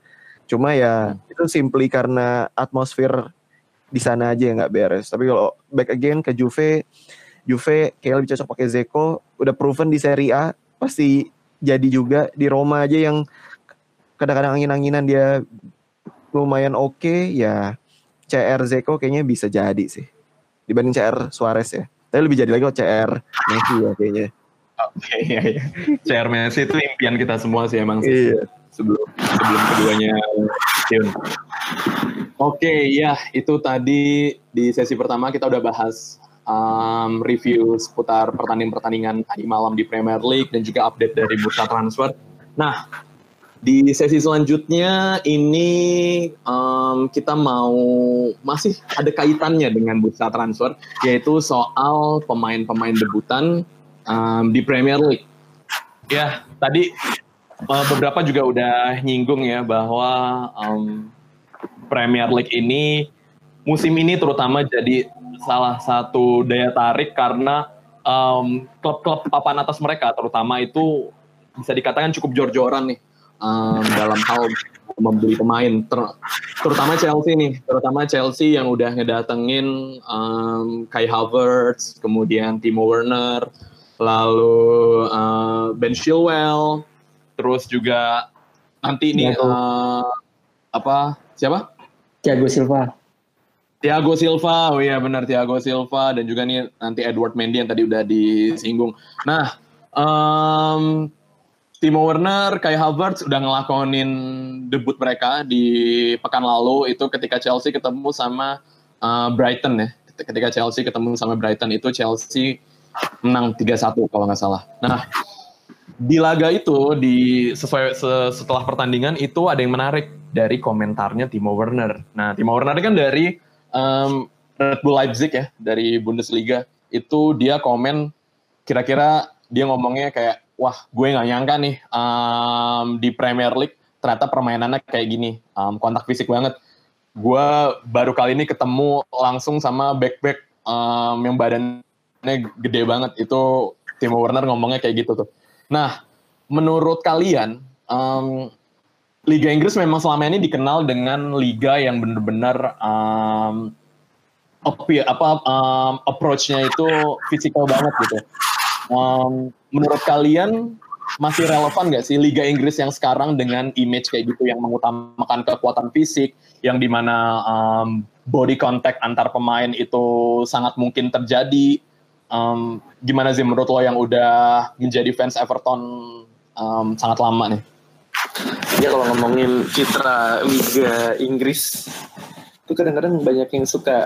Cuma ya itu simply karena atmosfer di sana aja yang nggak beres. Tapi kalau back again ke Juve kayak lebih cocok pakai Zeko. Udah proven di Serie A, pasti jadi juga. Di Roma aja yang kadang-kadang angin-anginan dia lumayan oke, ya CR Zeko kayaknya bisa jadi sih dibanding CR Suarez ya. Tapi lebih jadi lagi kok CR Messi ya kayaknya. Oke, iya. CR Messi itu impian kita semua sih emang sih. Iya. Sebelum keduanya pensiun. Oke, ya itu tadi di sesi pertama kita udah bahas review seputar pertandingan tadi malam di Premier League dan juga update dari bursa transfer. Nah, di sesi selanjutnya ini kita masih ada kaitannya dengan bursa transfer, yaitu soal pemain-pemain debutan di Premier League. Ya, tadi beberapa juga udah nyinggung ya bahwa Premier League ini musim ini terutama jadi salah satu daya tarik karena klub-klub papan atas mereka terutama itu bisa dikatakan cukup jor-joran nih dalam hal membeli pemain, terutama Chelsea yang udah ngedatengin Kai Havertz, kemudian Timo Werner, lalu Ben Chilwell, terus juga nanti ini siapa? Thiago Silva, oh iya benar Thiago Silva, dan juga nih nanti Edward Mendy yang tadi udah disinggung. Nah, Timo Werner, Kai Havertz udah ngelakonin debut mereka di pekan lalu itu ketika Chelsea ketemu sama Brighton ya. Ketika Chelsea ketemu sama Brighton itu Chelsea menang 3-1 kalau nggak salah. Nah, di laga itu setelah pertandingan itu ada yang menarik dari komentarnya Timo Werner. Nah, Timo Werner kan dari Red Bull Leipzig ya, dari Bundesliga. Itu dia komen, kira-kira dia ngomongnya kayak, wah gue nggak nyangka nih di Premier League ternyata permainannya kayak gini, kontak fisik banget. Gue baru kali ini ketemu langsung sama back-back yang badannya gede banget. Itu Timo Werner ngomongnya kayak gitu tuh. Nah, menurut kalian, Liga Inggris memang selama ini dikenal dengan liga yang benar-benar approach-nya itu physical banget gitu. Menurut kalian masih relevan nggak sih Liga Inggris yang sekarang dengan image kayak gitu yang mengutamakan kekuatan fisik, yang dimana body contact antar pemain itu sangat mungkin terjadi? Gimana sih menurut lo yang udah menjadi fans Everton sangat lama nih? Ya kalau ngomongin citra Liga Inggris itu kadang-kadang banyak yang suka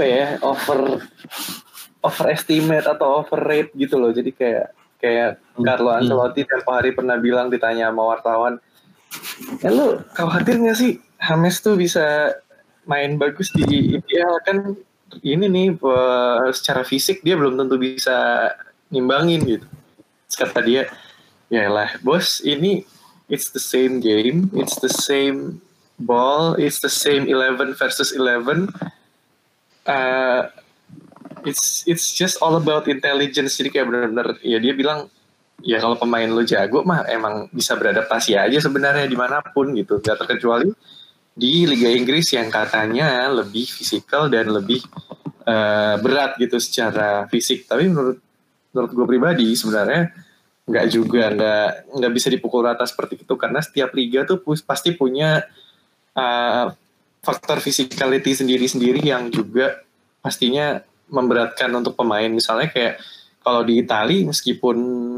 overestimate atau overrate gitu loh. Jadi kayak Carlo Ancelotti tempo hari pernah bilang ditanya sama wartawan, lu khawatir nggak sih James tuh bisa main bagus di IPL? Kan ini nih secara fisik dia belum tentu bisa nimbangin gitu. Terus kata dia, ya lah bos, ini it's the same game, it's the same ball, it's the same 11 versus 11. It's just all about intelligence. Jadi kayak benar-benar ya dia bilang ya kalau pemain lo jago mah emang bisa beradaptasi aja sebenarnya dimanapun gitu, gak terkecuali di Liga Inggris yang katanya lebih fisikal dan lebih berat gitu secara fisik. Tapi menurut gue pribadi sebenarnya nggak bisa dipukul rata seperti itu, karena setiap liga tuh pasti punya faktor physicality sendiri-sendiri yang juga pastinya memberatkan untuk pemain. Misalnya kayak kalau di Itali meskipun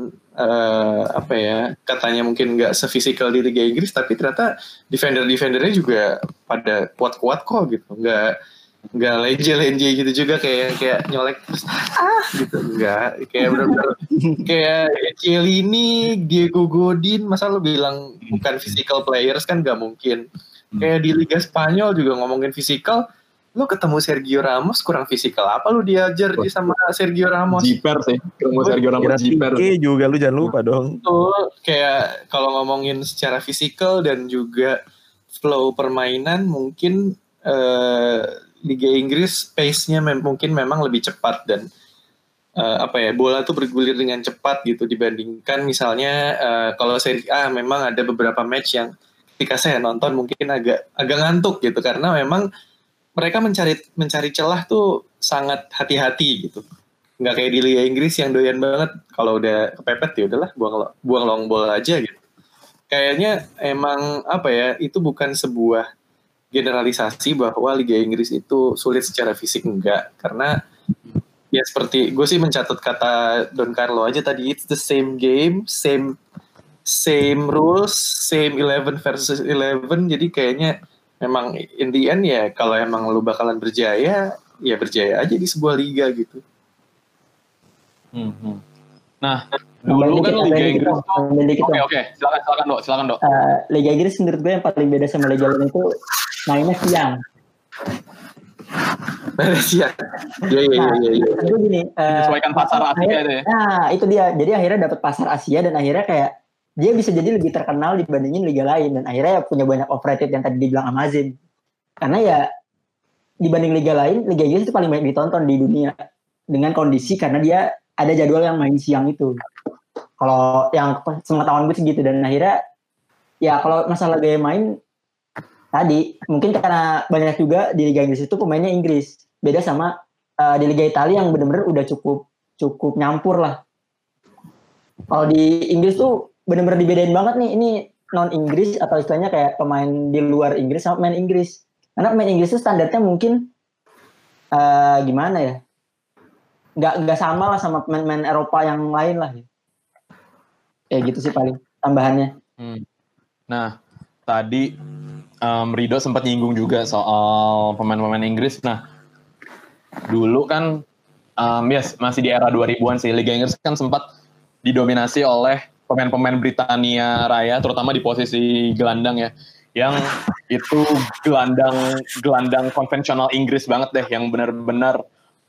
katanya mungkin nggak sefisikal di Liga Inggris, tapi ternyata defendernya juga pada kuat-kuat kok gitu, nggak lenje gitu juga kayak nyolek terus gitu, nggak kayak benar-benar kayak Chiellini, Diego Godin, masa lo bilang bukan physical players kan nggak mungkin. Kayak di Liga Spanyol juga ngomongin physical, lo ketemu Sergio Ramos kurang fisikal apa lo diajar sama Sergio Ramos? Jiper sih, ketemu Sergio Ramos jiper. Juga lu jangan lupa dong. Tuh, kayak kalau ngomongin secara fisikal dan juga flow permainan mungkin Liga Inggris pace-nya mungkin memang lebih cepat dan bola tuh bergulir dengan cepat gitu dibandingkan misalnya kalau Serie A memang ada beberapa match yang ketika saya nonton mungkin agak ngantuk gitu karena memang mereka mencari celah tuh sangat hati-hati gitu. Nggak kayak di Liga Inggris yang doyan banget kalau udah kepepet ya udahlah buang long ball aja gitu. Kayaknya emang apa ya, itu bukan sebuah generalisasi bahwa Liga Inggris itu sulit secara fisik, enggak, karena ya seperti gue sih mencatat kata Don Carlo aja tadi, it's the same game, same rules, same 11 versus 11. Jadi kayaknya memang in the end ya kalau emang lu bakalan berjaya, ya berjaya aja di sebuah liga gitu. Nah, dulu kan Liga Inggris Oke, silakan Dok. Liga Inggris menurut gue yang paling beda sama Liga lain itu mainnya siang. Siang. Iya. Itu gini, menyesuaikan pasar Asia itu ya. Nah, itu dia. Jadi akhirnya dapat pasar Asia dan akhirnya kayak dia bisa jadi lebih terkenal dibandingin liga lain dan akhirnya punya banyak overrated yang tadi dibilang Amazin. Karena ya dibanding liga lain, Liga Inggris itu paling banyak ditonton di dunia dengan kondisi karena dia ada jadwal yang main siang itu. Kalau yang sepengetahuan gue segitu, dan akhirnya ya kalau masalah gaya main tadi mungkin karena banyak juga di Liga Inggris itu pemainnya Inggris, beda sama di Liga Italia yang benar-benar udah cukup nyampur lah. Kalau di Inggris tuh benar-benar dibedain banget nih, ini non Inggris atau istilahnya kayak pemain di luar Inggris sama pemain Inggris. Karena pemain Inggris itu standarnya mungkin gimana ya? Nggak sama lah sama pemain Eropa yang lain lah. Ya gitu sih paling tambahannya. Nah, tadi Rido sempat nyinggung juga soal pemain-pemain Inggris. Nah, dulu kan masih di era 2000-an sih, Liga Inggris kan sempat didominasi oleh pemain-pemain Britania Raya, terutama di posisi gelandang ya, yang itu gelandang konvensional Inggris banget deh, yang benar-benar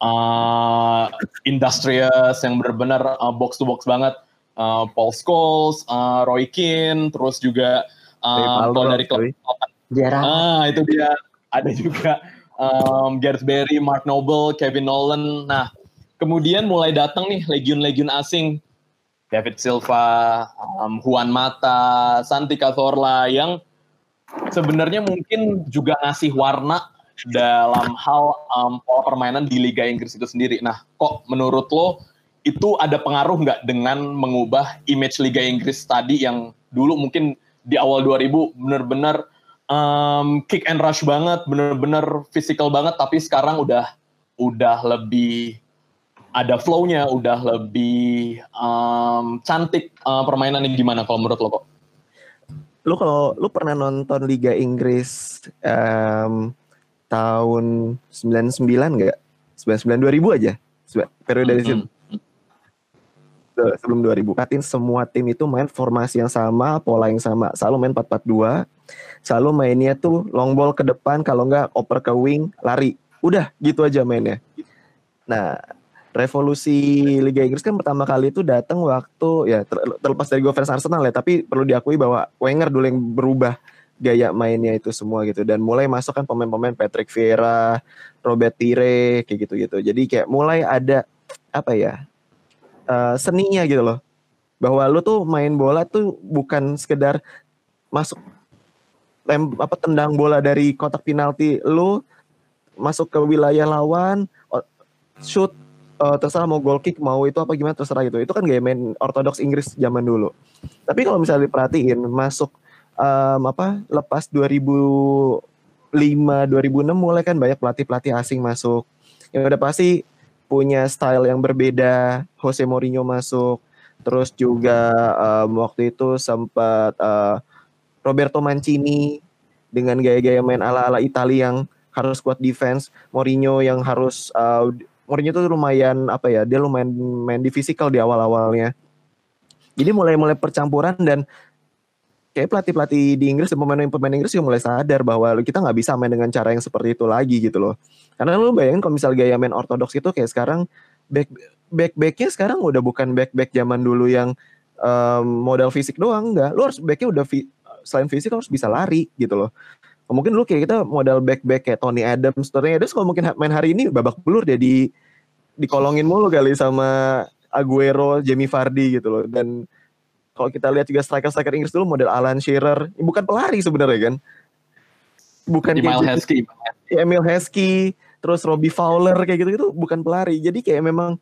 industrious, yang benar-benar box to box banget. Paul Scholes, Roy Keane, terus juga kalau dari klub itu dia ada juga Gareth Barry, Mark Noble, Kevin Nolan. Nah, kemudian mulai datang nih legion-legion asing, David Silva, Juan Mata, Santi Cazorla, yang sebenarnya mungkin juga ngasih warna dalam hal pola permainan di Liga Inggris itu sendiri. Nah, kok menurut lo itu ada pengaruh nggak dengan mengubah image Liga Inggris tadi yang dulu mungkin di awal 2000 benar-benar kick and rush banget, benar-benar physical banget, tapi sekarang udah lebih ada flow-nya, udah lebih cantik permainannya. Gimana kalau menurut lo kok? Kalau lu pernah nonton Liga Inggris tahun 99 nggak? 99 2000 aja. Periode dari situ. Sebelum 2000. Katin semua tim itu main formasi yang sama, pola yang sama. Selalu main 4-4-2. Selalu mainnya tuh long ball ke depan, kalau nggak oper ke wing, lari. Udah gitu aja mainnya. Nah, revolusi Liga Inggris kan pertama kali itu datang waktu ya terlepas dari gue fans Arsenal ya, tapi perlu diakui bahwa Wenger dulu yang berubah gaya mainnya itu semua gitu, dan mulai masuk kan pemain-pemain Patrick Vieira, Robert Pires kayak gitu-gitu. Jadi kayak mulai ada apa ya, seninya gitu loh, bahwa lu tuh main bola tuh bukan sekedar masuk tendang bola dari kotak penalti, lu masuk ke wilayah lawan, shoot, terserah mau goal kick, mau itu apa gimana terserah gitu. Itu kan gaya main ortodoks Inggris zaman dulu. Tapi kalau misalnya diperhatiin masuk lepas 2005 2006 mulai kan banyak pelatih asing masuk yang udah pasti punya style yang berbeda. Jose Mourinho masuk, terus juga waktu itu sempat Roberto Mancini dengan gaya-gaya main ala-ala Italia yang harus kuat defense. Mourinho yang harus Mourinho tuh lumayan dia lumayan main di physical di awal-awalnya. Jadi mulai percampuran, dan kayak pelatih-pelatih di Inggris dan pemain-pemain Inggris juga mulai sadar bahwa kita nggak bisa main dengan cara yang seperti itu lagi gitu loh. Karena lu bayangin kalau misal gaya main ortodoks itu kayak sekarang back-backnya sekarang udah bukan back-back zaman dulu yang modal fisik doang, enggak. Lu harus backnya udah selain fisik harus bisa lari gitu loh. Mungkin dulu kayak kita modal back-back kayak Tony Adams kalau mungkin main hari ini babak belur dia dikolongin mulu kali sama Aguero, Jamie Vardy gitu loh. Dan kalau kita lihat juga striker Inggris dulu model Alan Shearer, bukan pelari sebenarnya kan. Bukan Emile kayak Heskey. Emile Heskey, terus Robbie Fowler kayak gitu bukan pelari. Jadi kayak memang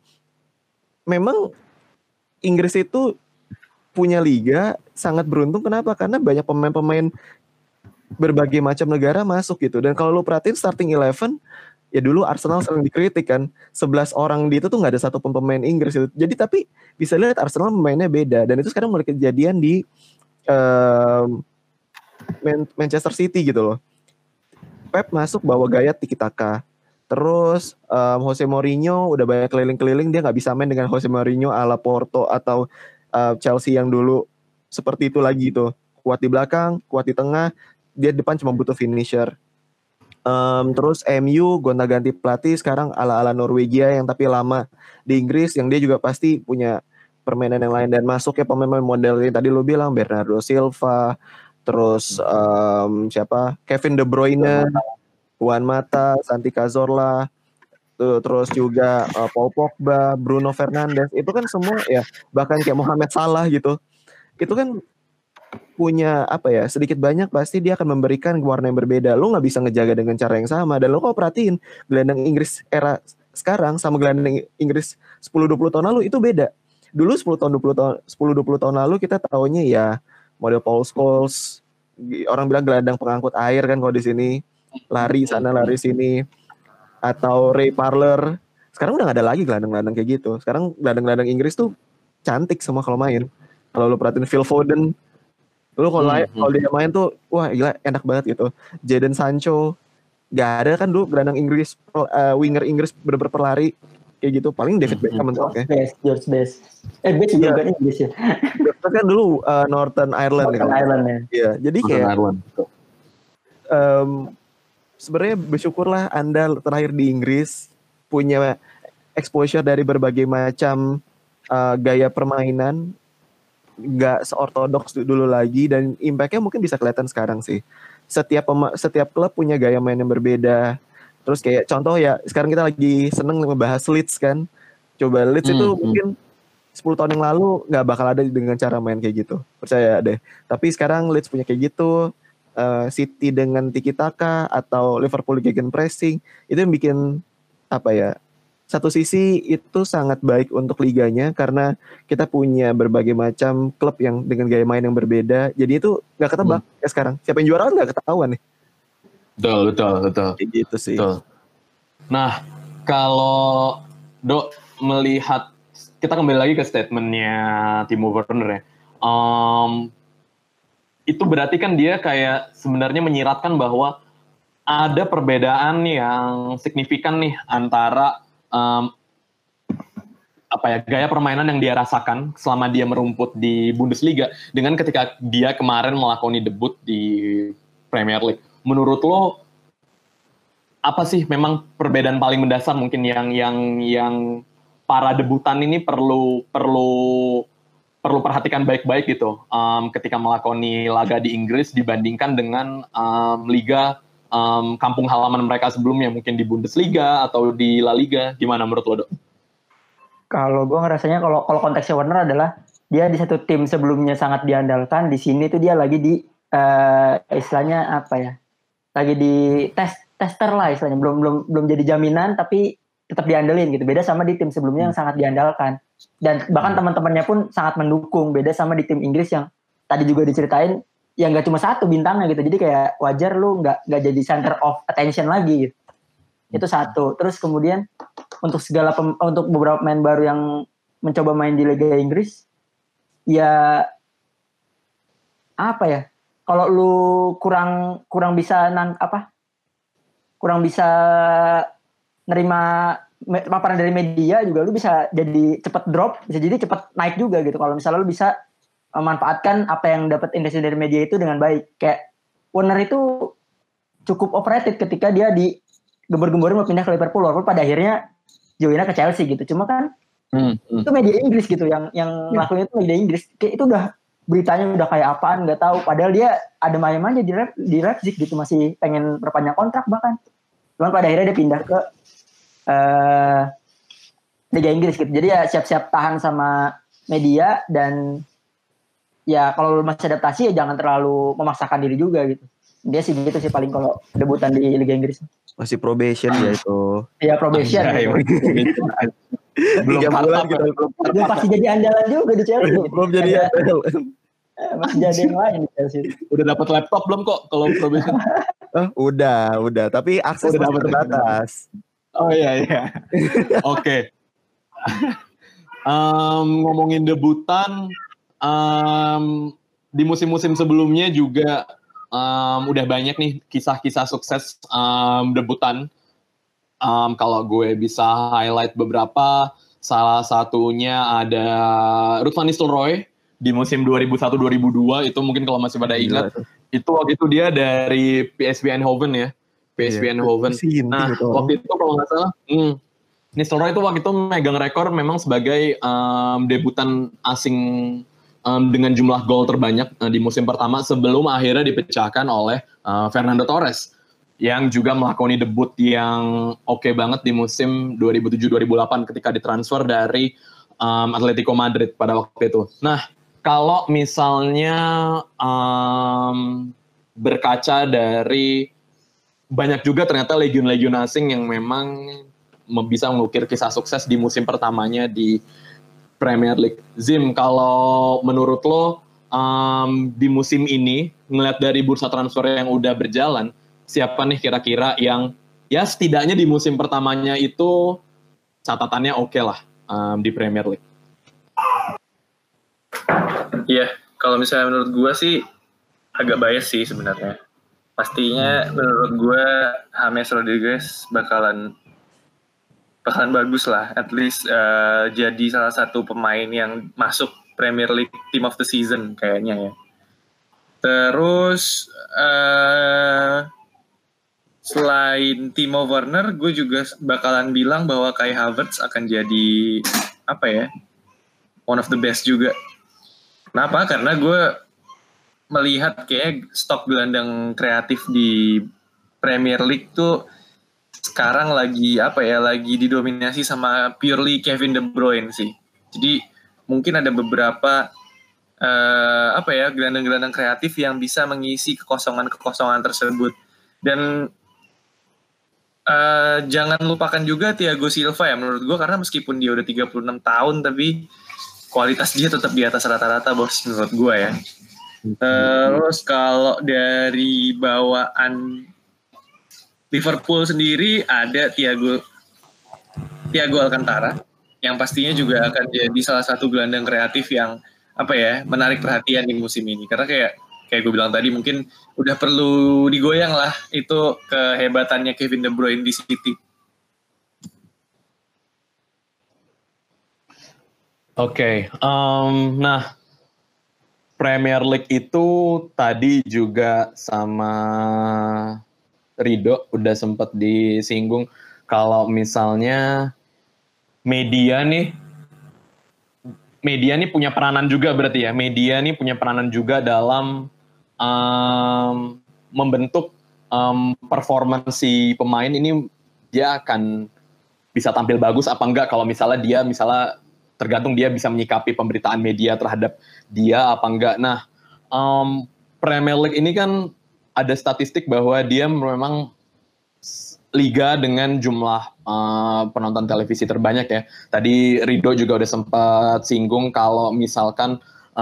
Inggris itu punya liga sangat beruntung. Kenapa? Karena banyak pemain-pemain berbagai macam negara masuk gitu. Dan kalau lu perhatiin starting 11, ya dulu Arsenal sering dikritik kan, 11 orang di itu tuh nggak ada satupun pemain Inggris itu. Jadi tapi bisa lihat Arsenal pemainnya beda, dan itu sekarang mulai kejadian di Manchester City gitu loh. Pep masuk bawa gaya tiki taka. Terus Jose Mourinho udah banyak keliling-keliling, dia nggak bisa main dengan Jose Mourinho ala Porto atau Chelsea yang dulu seperti itu lagi tuh. Kuat di belakang, kuat di tengah, dia depan cuma butuh finisher. Terus MU gonta-ganti pelatih sekarang ala-ala Norwegia yang tapi lama di Inggris, yang dia juga pasti punya permainan yang lain, dan masuk ya pemain-pemain model yang tadi lu bilang, Bernardo Silva, terus siapa, Kevin De Bruyne, Juan Mata, Santi Cazorla, terus juga Paul Pogba, Bruno Fernandes, itu kan semua ya, bahkan kayak Mohamed Salah gitu, itu kan punya apa ya, sedikit banyak pasti dia akan memberikan warna yang berbeda. Lo nggak bisa ngejaga dengan cara yang sama. Dan lo kalau perhatiin gelandang Inggris era sekarang sama gelandang Inggris 10-20 tahun lalu itu beda. Dulu 10-20 tahun lalu kita taunya ya model Paul Scholes, orang bilang gelandang pengangkut air kan kalau di sini, lari sana lari sini, atau Ray Parlour. Sekarang udah nggak ada lagi gelandang-gelandang kayak gitu. Sekarang gelandang-gelandang Inggris tuh cantik semua kalau main. Kalau lo perhatiin Phil Foden, lu kalau dia main tuh wah gila, enak banget gitu. Jadon Sancho, gak ada kan dulu gelandang Inggris, winger Inggris bener-bener pelari kayak gitu. Paling David Beckham mentok ya. George Best. Best juga bukan Inggris ya. Best kan dulu Northern Ireland. Northern Ireland ya. Iya, jadi kayak sebenarnya bersyukurlah Anda terakhir di Inggris punya exposure dari berbagai macam gaya permainan, nggak seortodoks dulu lagi, dan impact-nya mungkin bisa kelihatan sekarang sih. Setiap klub punya gaya main yang berbeda. Terus kayak contoh ya, sekarang kita lagi seneng ngebahas Leeds kan. Coba Leeds itu mungkin 10 tahun yang lalu nggak bakal ada dengan cara main kayak gitu. Percaya deh. Tapi sekarang Leeds punya kayak gitu. City dengan tiki taka atau Liverpool gegen pressing, itu yang bikin apa ya, satu sisi itu sangat baik untuk liganya karena kita punya berbagai macam klub yang dengan gaya main yang berbeda. Jadi itu nggak ketebak ya sekarang. Siapa yang juara nggak ketahuan nih. Betul. Kayak gitu sih. Betul. Nah, kalau Dok melihat, kita kembali lagi ke statementnya Timo Werner ya. Itu berarti kan dia kayak sebenarnya menyiratkan bahwa ada perbedaan yang signifikan nih antara gaya permainan yang dia rasakan selama dia merumput di Bundesliga dengan ketika dia kemarin melakoni debut di Premier League. Menurut lo apa sih memang perbedaan paling mendasar mungkin yang para debutan ini perlu perhatikan baik-baik gitu ketika melakoni laga di Inggris dibandingkan dengan liga kampung halaman mereka sebelumnya, mungkin di Bundesliga atau di La Liga. Gimana menurut lo, Dok? Kalau gue ngerasanya kalau konteksnya Werner adalah dia di satu tim sebelumnya sangat diandalkan, di sini tuh dia lagi di istilahnya apa ya, lagi di tester lah istilahnya, belum jadi jaminan tapi tetap diandelin gitu. Beda sama di tim sebelumnya yang sangat diandalkan, dan bahkan teman-temannya pun sangat mendukung. Beda sama di tim Inggris yang tadi juga diceritain, yang nggak cuma satu bintangnya gitu. Jadi kayak wajar lu nggak jadi center of attention lagi gitu. Itu satu. Terus kemudian untuk beberapa pemain baru yang mencoba main di Liga Inggris, ya apa ya? Kalau lu kurang bisa nerima paparan dari media juga, lu bisa jadi cepet drop, bisa jadi cepet naik juga gitu. Kalau misalnya lu bisa memanfaatkan apa yang dapat industri dari media itu dengan baik. Kayak Werner itu cukup overrated ketika dia digembor-gemborin mau pindah ke Liverpool, walaupun pada akhirnya joinnya ke Chelsea gitu. Cuma kan itu media Inggris gitu yang ngelakuin itu, media Inggris. Kayak itu udah beritanya udah kayak apaan nggak tahu. Padahal dia ada main aja di Leipzig gitu, masih pengen perpanjang kontrak bahkan. Cuman pada akhirnya dia pindah ke Liga Inggris gitu. Jadi ya siap-siap tahan sama media, dan ya kalau lu masih adaptasi ya jangan terlalu memaksakan diri juga gitu. Dia sih gitu sih paling kalau debutan di Liga Inggris. Masih probation ya itu. Iya probation. Anjay, Gitu. belum 3 bulan partap, gitu. Dia pasti jadi andalan juga di Chelsea. Belum jadi Masih jadi yang lain di Chelsea. Udah dapat laptop belum kok kalau probation? Udah. Tapi akses Udah masih dapet, terbatas. Oh iya. Oke. Ngomongin debutan, di musim-musim sebelumnya juga udah banyak nih kisah-kisah sukses debutan. Kalau gue bisa highlight beberapa, salah satunya ada Ruud van Nistelrooy di musim 2001-2002, itu mungkin kalau masih pada ingat. Itu waktu itu dia dari PSV Eindhoven ya. PSV Eindhoven. Nah, waktu itu kalau nggak salah, Nistelrooy itu waktu itu megang rekor memang sebagai debutan asing dengan jumlah gol terbanyak di musim pertama sebelum akhirnya dipecahkan oleh Fernando Torres yang juga melakoni debut yang oke banget di musim 2007-2008 ketika ditransfer dari Atletico Madrid pada waktu itu. Nah, kalau misalnya berkaca dari banyak juga ternyata legion-legion asing yang memang bisa mengukir kisah sukses di musim pertamanya di Premier League. Zim, kalau menurut lo di musim ini, ngeliat dari bursa transfer yang udah berjalan, siapa nih kira-kira yang ya setidaknya di musim pertamanya itu catatannya oke lah di Premier League? Iya, kalau misalnya menurut gue sih agak bias sih sebenarnya. Pastinya menurut gue James Rodriguez bakalan bagus lah, at least jadi salah satu pemain yang masuk Premier League Team of the Season kayaknya ya. Terus selain Timo Werner, gue juga bakalan bilang bahwa Kai Havertz akan jadi one of the best juga. Kenapa? Karena gue melihat kayak stok gelandang kreatif di Premier League tuh sekarang lagi didominasi sama purely Kevin De Bruyne sih. Jadi mungkin ada beberapa gelandang-gelandang kreatif yang bisa mengisi kekosongan-kekosongan tersebut. Dan jangan lupakan juga Thiago Silva ya menurut gue, karena meskipun dia udah 36 tahun tapi kualitas dia tetap di atas rata-rata bos menurut gue ya. Terus kalau dari bawaan Liverpool sendiri ada Thiago Alcantara yang pastinya juga akan jadi salah satu gelandang kreatif yang menarik perhatian di musim ini, karena kayak gue bilang tadi mungkin udah perlu digoyang lah itu kehebatannya Kevin De Bruyne di City. Oke, nah Premier League itu tadi juga sama Rido udah sempat disinggung kalau misalnya media nih punya peranan juga berarti ya. Media nih punya peranan juga dalam membentuk performance si pemain ini, dia akan bisa tampil bagus apa enggak kalau misalnya tergantung dia bisa menyikapi pemberitaan media terhadap dia apa enggak. Nah, Premier League ini kan ada statistik bahwa dia memang liga dengan jumlah penonton televisi terbanyak ya. Tadi Rido juga udah sempat singgung kalau misalkan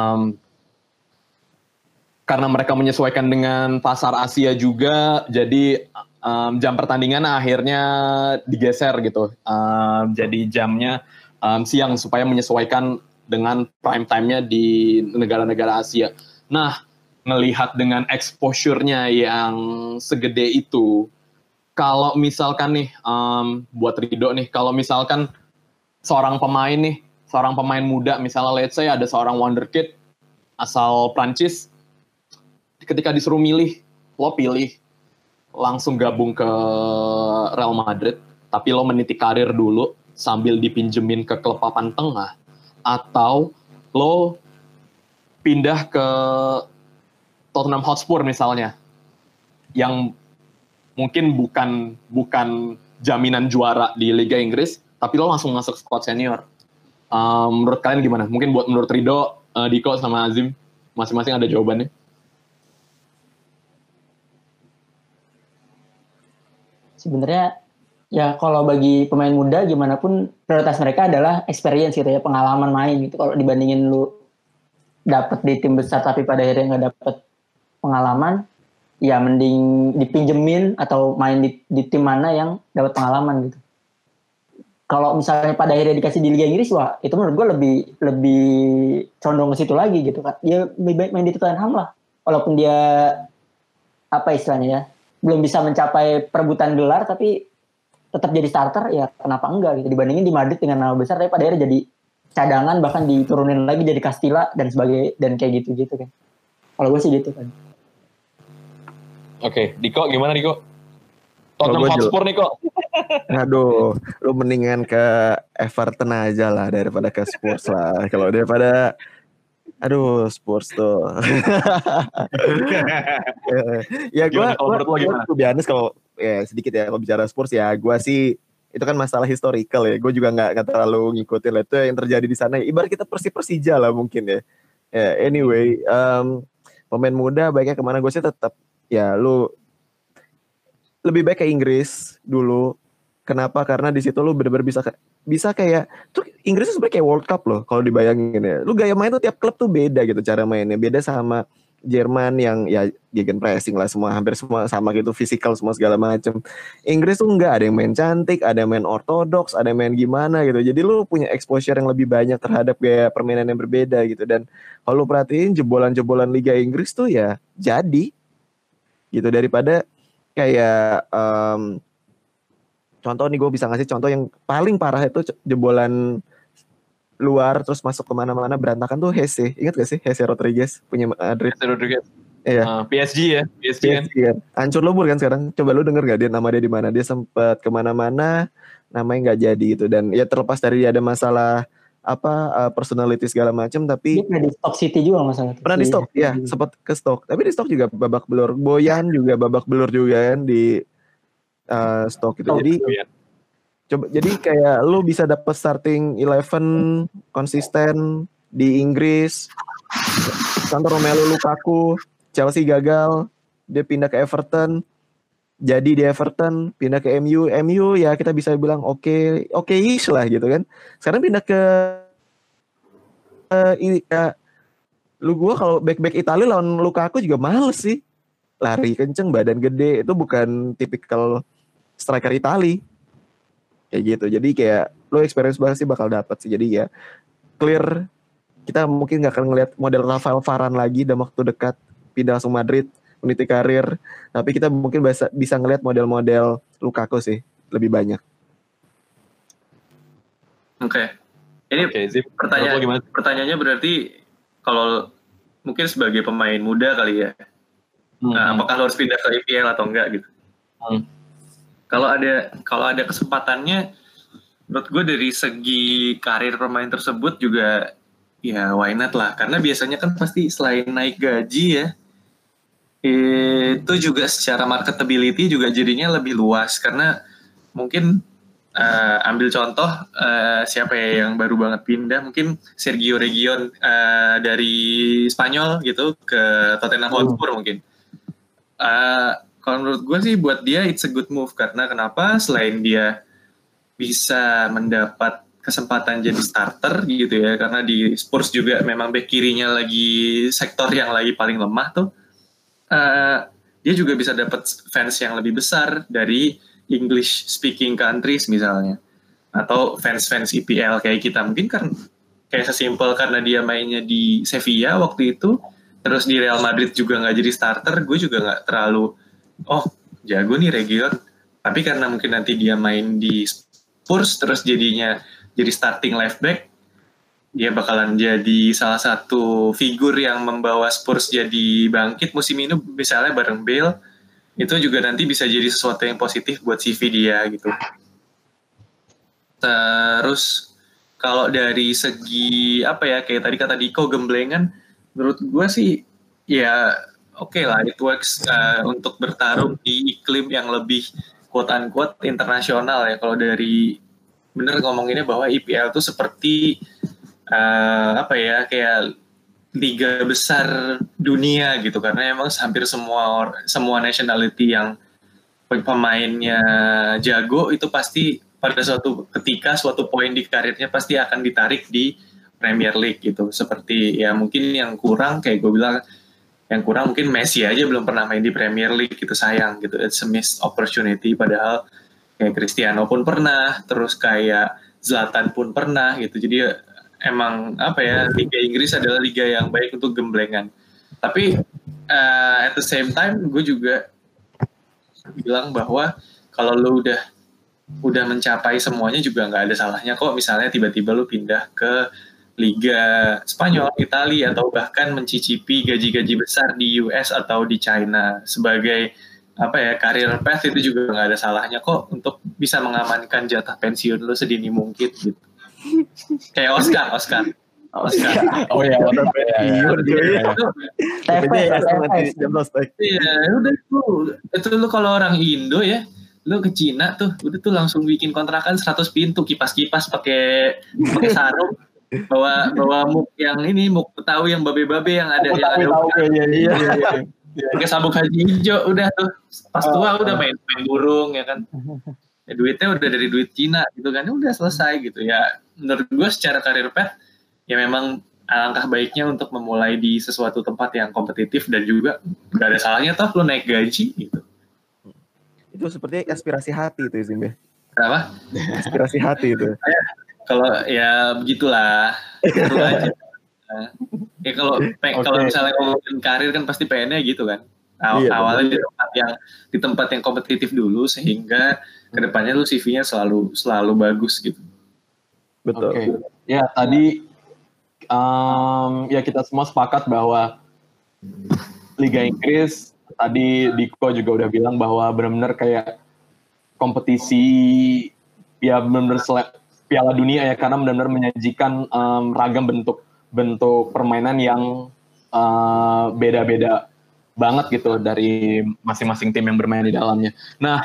karena mereka menyesuaikan dengan pasar Asia juga, jadi jam pertandingan akhirnya digeser gitu. Jadi jamnya siang supaya menyesuaikan dengan prime time-nya di negara-negara Asia. Nah, ngelihat dengan exposure-nya yang segede itu, kalau misalkan nih, buat Rido nih, kalau misalkan seorang pemain muda, misalnya let's say ada seorang wonderkid asal Prancis, ketika disuruh milih, lo pilih langsung gabung ke Real Madrid, tapi lo meniti karir dulu sambil dipinjemin ke klub papan tengah, atau lo pindah ke Tottenham Hotspur misalnya, yang mungkin bukan jaminan juara di Liga Inggris, tapi lo langsung masuk squad senior. Menurut kalian gimana? Mungkin menurut Rido, Diko sama Azim. Masing-masing ada jawabannya. Sebenarnya ya kalau bagi pemain muda gimana pun prioritas mereka adalah experience gitu ya, pengalaman main gitu. Kalau dibandingin lu dapet di tim besar tapi pada akhirnya nggak dapet pengalaman, ya mending dipinjemin atau main di tim mana yang dapat pengalaman gitu. Kalau misalnya pada akhirnya dikasih di Liga Inggris, wah itu menurut gue lebih condong ke situ lagi gitu kan. Dia lebih baik main di Tottenham lah, walaupun dia apa istilahnya ya, belum bisa mencapai perebutan gelar tapi tetap jadi starter, ya kenapa enggak gitu, dibandingin di Madrid dengan nama besar tapi pada akhirnya jadi cadangan, bahkan diturunin lagi jadi Castilla dan sebagai dan kayak gitu kan. Kalau gue sih gitu kan. Oke, Diko gimana Diko? Tottenham Hotspur nih kok. Aduh, lu mendingan ke Everton aja lah daripada ke Spurs lah. Kalau daripada aduh Spurs tuh. Ya gue biasa kalau ya sedikit ya kalau bicara Spurs ya gue sih itu kan masalah historical ya. Gue juga nggak terlalu ngikutin lah itu yang terjadi di sana. Ibarat kita Persija lah mungkin ya. Ya anyway, pemain muda baiknya kemana, gue sih tetap ya lu lebih baik ke Inggris dulu. Kenapa? Karena di situ lu bener-bener bisa kayak tuh Inggris tuh sebenarnya kayak World Cup loh kalau dibayangin ya. Lu gaya main tuh tiap klub tuh beda gitu cara mainnya. Beda sama Jerman yang ya gegenpressing lah, semua hampir semua sama gitu, physical semua segala macem. Inggris tuh enggak, ada yang main cantik, ada yang main ortodoks, ada yang main gimana gitu. Jadi lu punya exposure yang lebih banyak terhadap gaya permainan yang berbeda gitu. Dan kalau lu perhatiin jebolan-jebolan Liga Inggris tuh ya jadi gitu daripada kayak contoh nih, gue bisa ngasih contoh yang paling parah itu jebolan luar terus masuk kemana-mana berantakan tuh Hesse. Ingat gak sih Hesse Rodriguez punya Madrid? Hesse Rodriguez. Iya. PSG ya, PSG kan. Hancur lebur kan sekarang. Coba lu denger gak dia nama dia di mana? Dia sempat kemana-mana, namanya nggak jadi gitu. Dan ya terlepas dari dia ada masalah personality segala macam, tapi dia pernah di Stoke City juga masalah. Pernah di Stoke, ya sempat ke Stoke. Tapi di Stoke juga babak belur. Boyan juga babak belur juga kan di Stoke itu. Jadi coba, jadi kayak lu bisa dapet starting 11 konsisten di Inggris. Contoh Romelu Lukaku, Chelsea gagal, dia pindah ke Everton. Jadi di Everton pindah ke MU ya kita bisa bilang oke-ish lah gitu kan. Sekarang pindah ke lu gua kalau back Italia lawan Lukaku juga males sih. Lari kenceng, badan gede, itu bukan tipikal striker Italia. Kayak gitu. Jadi kayak lu experience banget sih bakal dapat sih. Jadi ya clear, kita mungkin nggak akan ngelihat model Rafael Varane lagi dalam waktu dekat pindah langsung Madrid meniti karir, tapi kita mungkin bisa ngelihat model-model Lukaku sih lebih banyak. Oke. Ini pertanyaannya berarti kalau mungkin sebagai pemain muda kali ya, apakah lo harus pindah ke IPL atau enggak gitu? Kalau ada kesempatannya, menurut gue dari segi karir pemain tersebut juga ya why not lah, karena biasanya kan pasti selain naik gaji ya, itu juga secara marketability juga jadinya lebih luas, karena mungkin ambil contoh siapa ya yang baru banget pindah, mungkin Sergio Reguilon dari Spanyol gitu ke Tottenham Hotspur mungkin. Kalau menurut gue sih buat dia it's a good move, karena kenapa? Selain dia bisa mendapat kesempatan jadi starter gitu ya, karena di Spurs juga memang back kirinya lagi sektor yang lagi paling lemah tuh, dia juga bisa dapat fans yang lebih besar dari English speaking countries misalnya, atau fans IPL kayak kita. Mungkin kan kayak sesimpel karena dia mainnya di Sevilla waktu itu, terus di Real Madrid juga nggak jadi starter, gue juga nggak terlalu jago nih Reguilon, tapi karena mungkin nanti dia main di Spurs terus jadinya jadi starting left back, dia bakalan jadi salah satu figur yang membawa Spurs jadi bangkit musim ini misalnya bareng Bale. Itu juga nanti bisa jadi sesuatu yang positif buat CV dia gitu. Terus kalau dari segi kayak tadi kata Diko, gemblengan, menurut gue sih ya oke lah, it works untuk bertarung di iklim yang lebih quote-unquote internasional ya. Kalau dari bener ngomonginnya bahwa IPL tuh seperti kayak liga besar dunia gitu, karena emang hampir semua nationality yang pemainnya jago itu pasti pada suatu poin di karirnya pasti akan ditarik di Premier League gitu. Seperti ya mungkin yang kurang kayak gue bilang, yang kurang mungkin Messi aja belum pernah main di Premier League gitu, sayang gitu. It's a missed opportunity, padahal kayak Cristiano pun pernah, terus kayak Zlatan pun pernah gitu. Jadi emang apa ya, Liga Inggris adalah liga yang baik untuk gemblengan. Tapi at the same time gue juga bilang bahwa kalau lu udah mencapai semuanya juga nggak ada salahnya kok misalnya tiba-tiba lu pindah ke Liga Spanyol, Italia, atau bahkan mencicipi gaji-gaji besar di US atau di China sebagai apa ya, career path itu juga nggak ada salahnya kok untuk bisa mengamankan jatah pensiun lu sedini mungkin gitu. Kayak Oscar. Oh ya, iya, udah tuh. Itu lu kalau orang Indo ya, lu ke Cina tuh, udah tuh langsung bikin kontrakan 100 pintu, kipas-kipas pakai sarung, bawa muk yang ini, muk Betawi yang babe-babe yang ada pakai sabuk haji hijau, udah tuh pas tua udah main burung ya kan. Ya, duitnya udah dari duit Cina gitu kan, udah selesai gitu ya. Menurut gue secara karir path ya memang alangkah baiknya untuk memulai di sesuatu tempat yang kompetitif dan juga gak ada salahnya toh lu naik gaji gitu. Itu seperti aspirasi hati itu Zimbe. Kenapa? Aspirasi hati itu. Kalau ya begitulah. Itu aja. Ya kalau misalnya ngomongin karir kan pasti pengennya gitu kan. Awalnya di tempat yang kompetitif dulu sehingga kedepannya lu CV-nya selalu bagus gitu. Betul. Okay. Ya tadi ya kita semua sepakat bahwa Liga Inggris, tadi Diko juga udah bilang bahwa benar-benar kayak kompetisi ya benar-benar Piala Dunia ya, karena benar-benar menyajikan ragam bentuk permainan yang beda-beda banget gitu dari masing-masing tim yang bermain di dalamnya. Nah,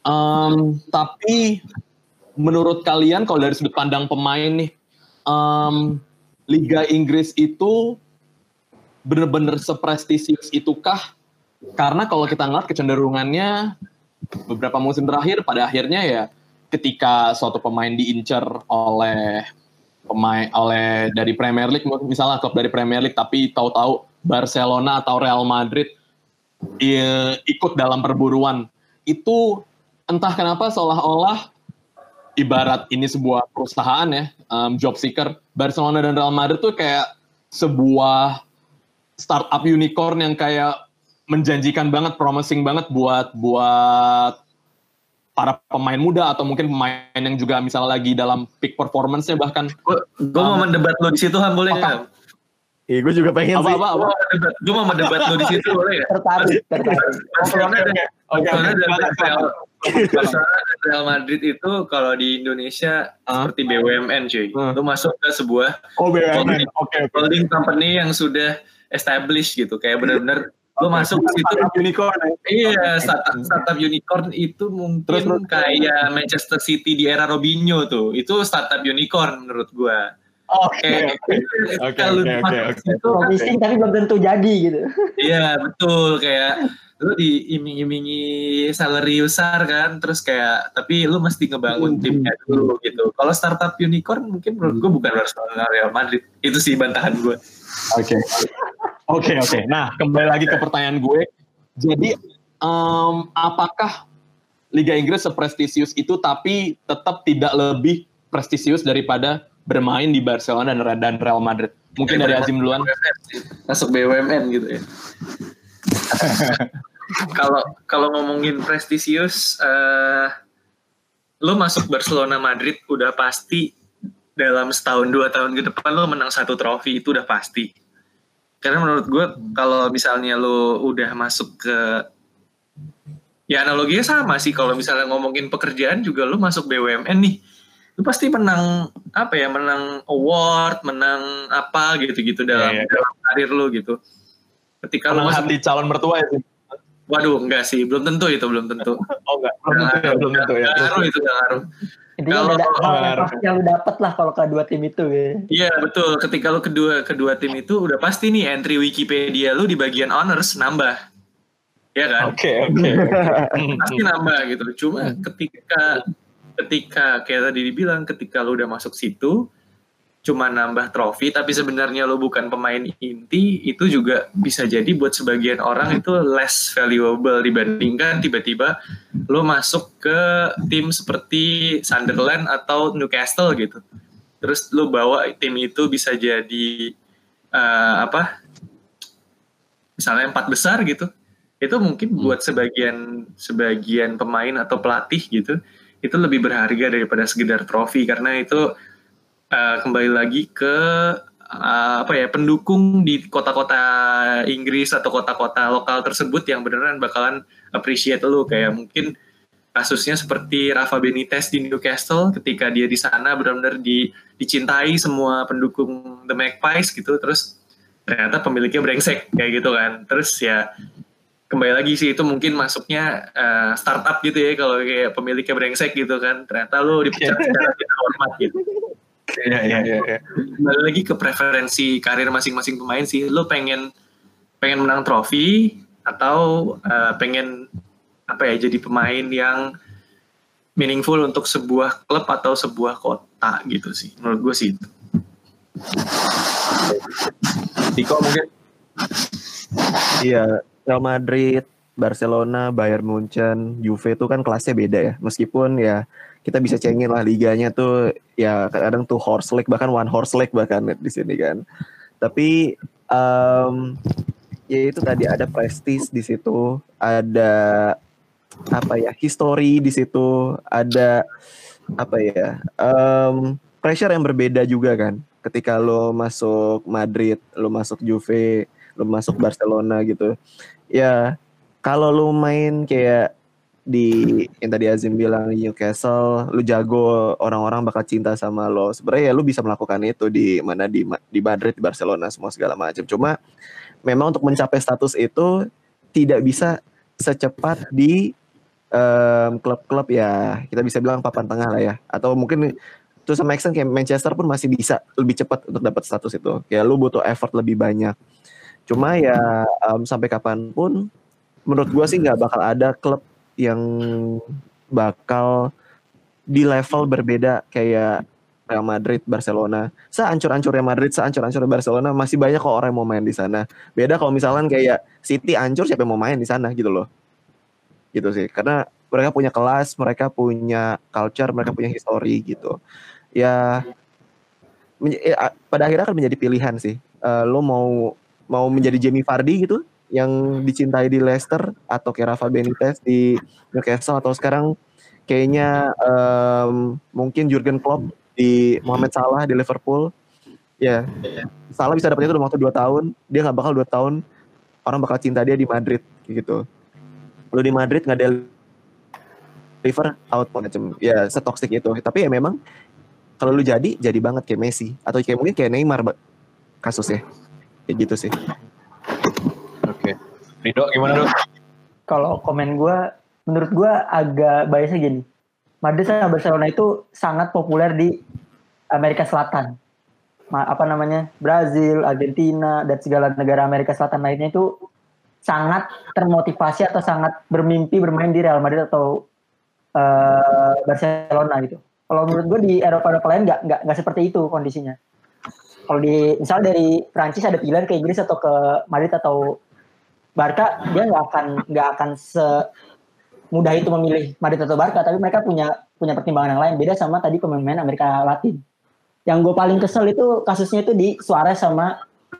tapi menurut kalian kalau dari sudut pandang pemain nih, Liga Inggris itu benar-benar seprestisius itukah? Karena kalau kita ngeliat kecenderungannya beberapa musim terakhir pada akhirnya ya ketika suatu pemain diincar oleh dari Premier League, misalnya klub dari Premier League, tapi tahu-tahu Barcelona atau Real Madrid ikut dalam perburuan, itu entah kenapa seolah-olah ibarat ini sebuah perusahaan ya, job seeker, Barcelona dan Real Madrid tuh kayak sebuah startup unicorn yang kayak menjanjikan banget, promising banget buat para pemain muda atau mungkin pemain yang juga misalnya lagi dalam peak performance-nya bahkan. Gue mau mendebat lo di situ, Han, boleh nggak? Iya, gue juga pengen sih. Gue mau mendebat lo di situ, boleh nggak? Tertarik. Real Madrid itu kalau di Indonesia seperti BUMN cuy. Lu masuk ke sebuah holding company yang sudah established gitu, kayak benar-benar lu masuk ke situ unicorn. Iya, startup unicorn itu mungkin kayak Manchester City di era Robinho tuh. Itu startup unicorn menurut gua. Oke. Promising tapi belum tentu jadi gitu. Iya, betul, kayak lu diiming-imingi salary besar kan, terus kayak tapi lu mesti ngebangun timnya dulu gitu. Kalau startup unicorn mungkin menurut gue bukan Barcelona, Real Madrid. Itu sih bantahan gue. Oke. Nah, kembali lagi ke pertanyaan gue. Jadi apakah Liga Inggris seprestisius itu tapi tetap tidak lebih prestisius daripada bermain di Barcelona dan Real Madrid? Mungkin dari Azim duluan. Masuk BUMN gitu ya. Kalau ngomongin prestisius, lo masuk Barcelona Madrid udah pasti dalam setahun 2 tahun ke depan lo menang 1 trofi, itu udah pasti. Karena menurut gue kalau misalnya lo udah masuk ke, ya analoginya sama sih, kalau misalnya ngomongin pekerjaan juga lo masuk BUMN nih, lo pasti menang menang award, menang apa gitu dalam karir lo gitu. Ketika lo masuk hati calon mertua ya sih. Waduh, enggak sih, belum tentu itu, belum tentu. Oh enggak, belum tentu ya. Ngaruh itu, nggak ngaruh. Intinya Kalau- beda hal yang pasti yang lu dapet lah kalau kedua tim itu ya. Iya betul, ketika lu kedua tim itu udah pasti nih entry Wikipedia lu di bagian honors nambah. Ya kan? Oke. Pasti nambah gitu. Cuma ketika kayak tadi dibilang, ketika lu udah masuk situ cuma nambah trofi tapi sebenarnya lu bukan pemain inti, itu juga bisa jadi buat sebagian orang itu less valuable dibandingkan tiba-tiba lu masuk ke tim seperti Sunderland atau Newcastle gitu. Terus lu bawa tim itu bisa jadi misalnya 4 besar gitu. Itu mungkin buat sebagian pemain atau pelatih gitu, itu lebih berharga daripada sekedar trofi, karena itu kembali lagi ke pendukung di kota-kota Inggris atau kota-kota lokal tersebut yang beneran bakalan appreciate lu. Kayak mungkin kasusnya seperti Rafa Benitez di Newcastle, ketika dia di sana benar-benar dicintai semua pendukung The Magpies gitu, terus ternyata pemiliknya brengsek kayak gitu kan. Terus ya kembali lagi sih, itu mungkin masuknya startup gitu ya, kalau kayak pemiliknya brengsek gitu kan, ternyata lu dipecat secara tidak hormat gitu. Iya. Kembali lagi ke preferensi karir masing-masing pemain sih. Lu pengen menang trofi atau pengen jadi pemain yang meaningful untuk sebuah klub atau sebuah kota gitu sih. Menurut gue sih itu. Tiko mungkin. Iya, Real Madrid, Barcelona, Bayern Munchen, Juve itu kan kelasnya beda ya. Meskipun ya kita bisa cengin lah liganya tuh ya kadang tuh horse league, bahkan one horse league bahkan di sini kan. Tapi ya itu tadi ada prestige di situ, ada history di situ, ada pressure yang berbeda juga kan. Ketika lo masuk Madrid, lo masuk Juve, lo masuk Barcelona gitu. Ya kalau lo main kayak di yang tadi Azim bilang Newcastle, lu jago, orang-orang bakal cinta sama lo. Sebenarnya ya lu bisa melakukan itu di Madrid, di Barcelona, semua segala macam. Cuma memang untuk mencapai status itu tidak bisa secepat di klub-klub ya, kita bisa bilang papan tengah lah ya. Atau mungkin to some extent kayak Manchester pun masih bisa lebih cepat untuk dapat status itu. Kayak lu butuh effort lebih banyak. Cuma ya sampai kapanpun menurut gua sih nggak bakal ada klub yang bakal di level berbeda kayak Real Madrid, Barcelona. Sehancur-hancurnya Madrid, sehancur-hancurnya Barcelona, masih banyak kok orang yang mau main di sana. Beda kalau misalnya kayak City hancur, siapa yang mau main di sana gitu loh. Gitu sih, karena mereka punya kelas, mereka punya culture, mereka punya history gitu. Ya pada akhirnya akan menjadi pilihan sih. Lo mau menjadi Jamie Vardy gitu, yang dicintai di Leicester, atau kayak Rafa Benitez di Newcastle, atau sekarang kayaknya mungkin Jurgen Klopp di Mohamed Salah di Liverpool. Ya, Salah bisa dapat itu dalam waktu 2 tahun, dia nggak bakal 2 tahun orang bakal cinta dia di Madrid gitu. Lu di Madrid nggak ada River out macam ya setoksik itu. Tapi ya memang kalau lu jadi banget kayak Messi atau kayak mungkin kayak Neymar kasusnya kayak gitu sih. Oke. Rido gimana, Dok? Kalau komen gue, menurut gue agak biasnya gini. Madrid sama Barcelona itu sangat populer di Amerika Selatan. Brazil, Argentina, dan segala negara Amerika Selatan lainnya itu sangat termotivasi atau sangat bermimpi bermain di Real Madrid atau Barcelona gitu. Kalau menurut gue di Eropa lain nggak seperti itu kondisinya. Kalau misal dari Prancis ada pilihan ke Inggris atau ke Madrid atau Barca, dia nggak akan semudah itu memilih Madrid atau Barca, tapi mereka punya pertimbangan yang lain. Beda sama tadi pemain Amerika Latin. Yang gue paling kesel itu kasusnya itu di Suarez sama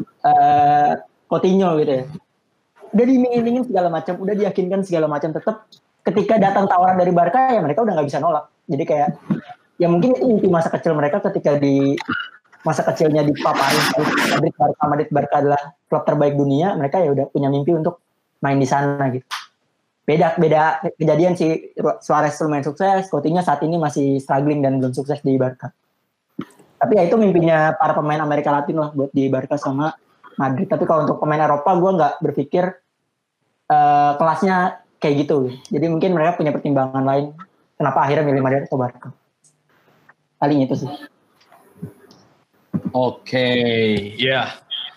Coutinho gitu ya. Udah diiming-imingin segala macam, udah diyakinkan segala macam, tetap ketika datang tawaran dari Barca ya mereka udah nggak bisa nolak. Jadi kayak ya mungkin itu mimpi masa kecil mereka ketika di masa kecilnya dipaparin Madrid Barca adalah klub terbaik dunia, mereka ya udah punya mimpi untuk main di sana gitu. Beda kejadian sih, Suarez lumayan sukses, Coutinho saat ini masih struggling dan belum sukses di Barca. Tapi ya itu mimpinya para pemain Amerika Latin lah buat di Barca sama Madrid. Tapi kalau untuk pemain Eropa gue nggak berpikir kelasnya kayak gitu. Jadi mungkin mereka punya pertimbangan lain kenapa akhirnya milih Madrid atau Barca. Paling itu sih. Oke, ya.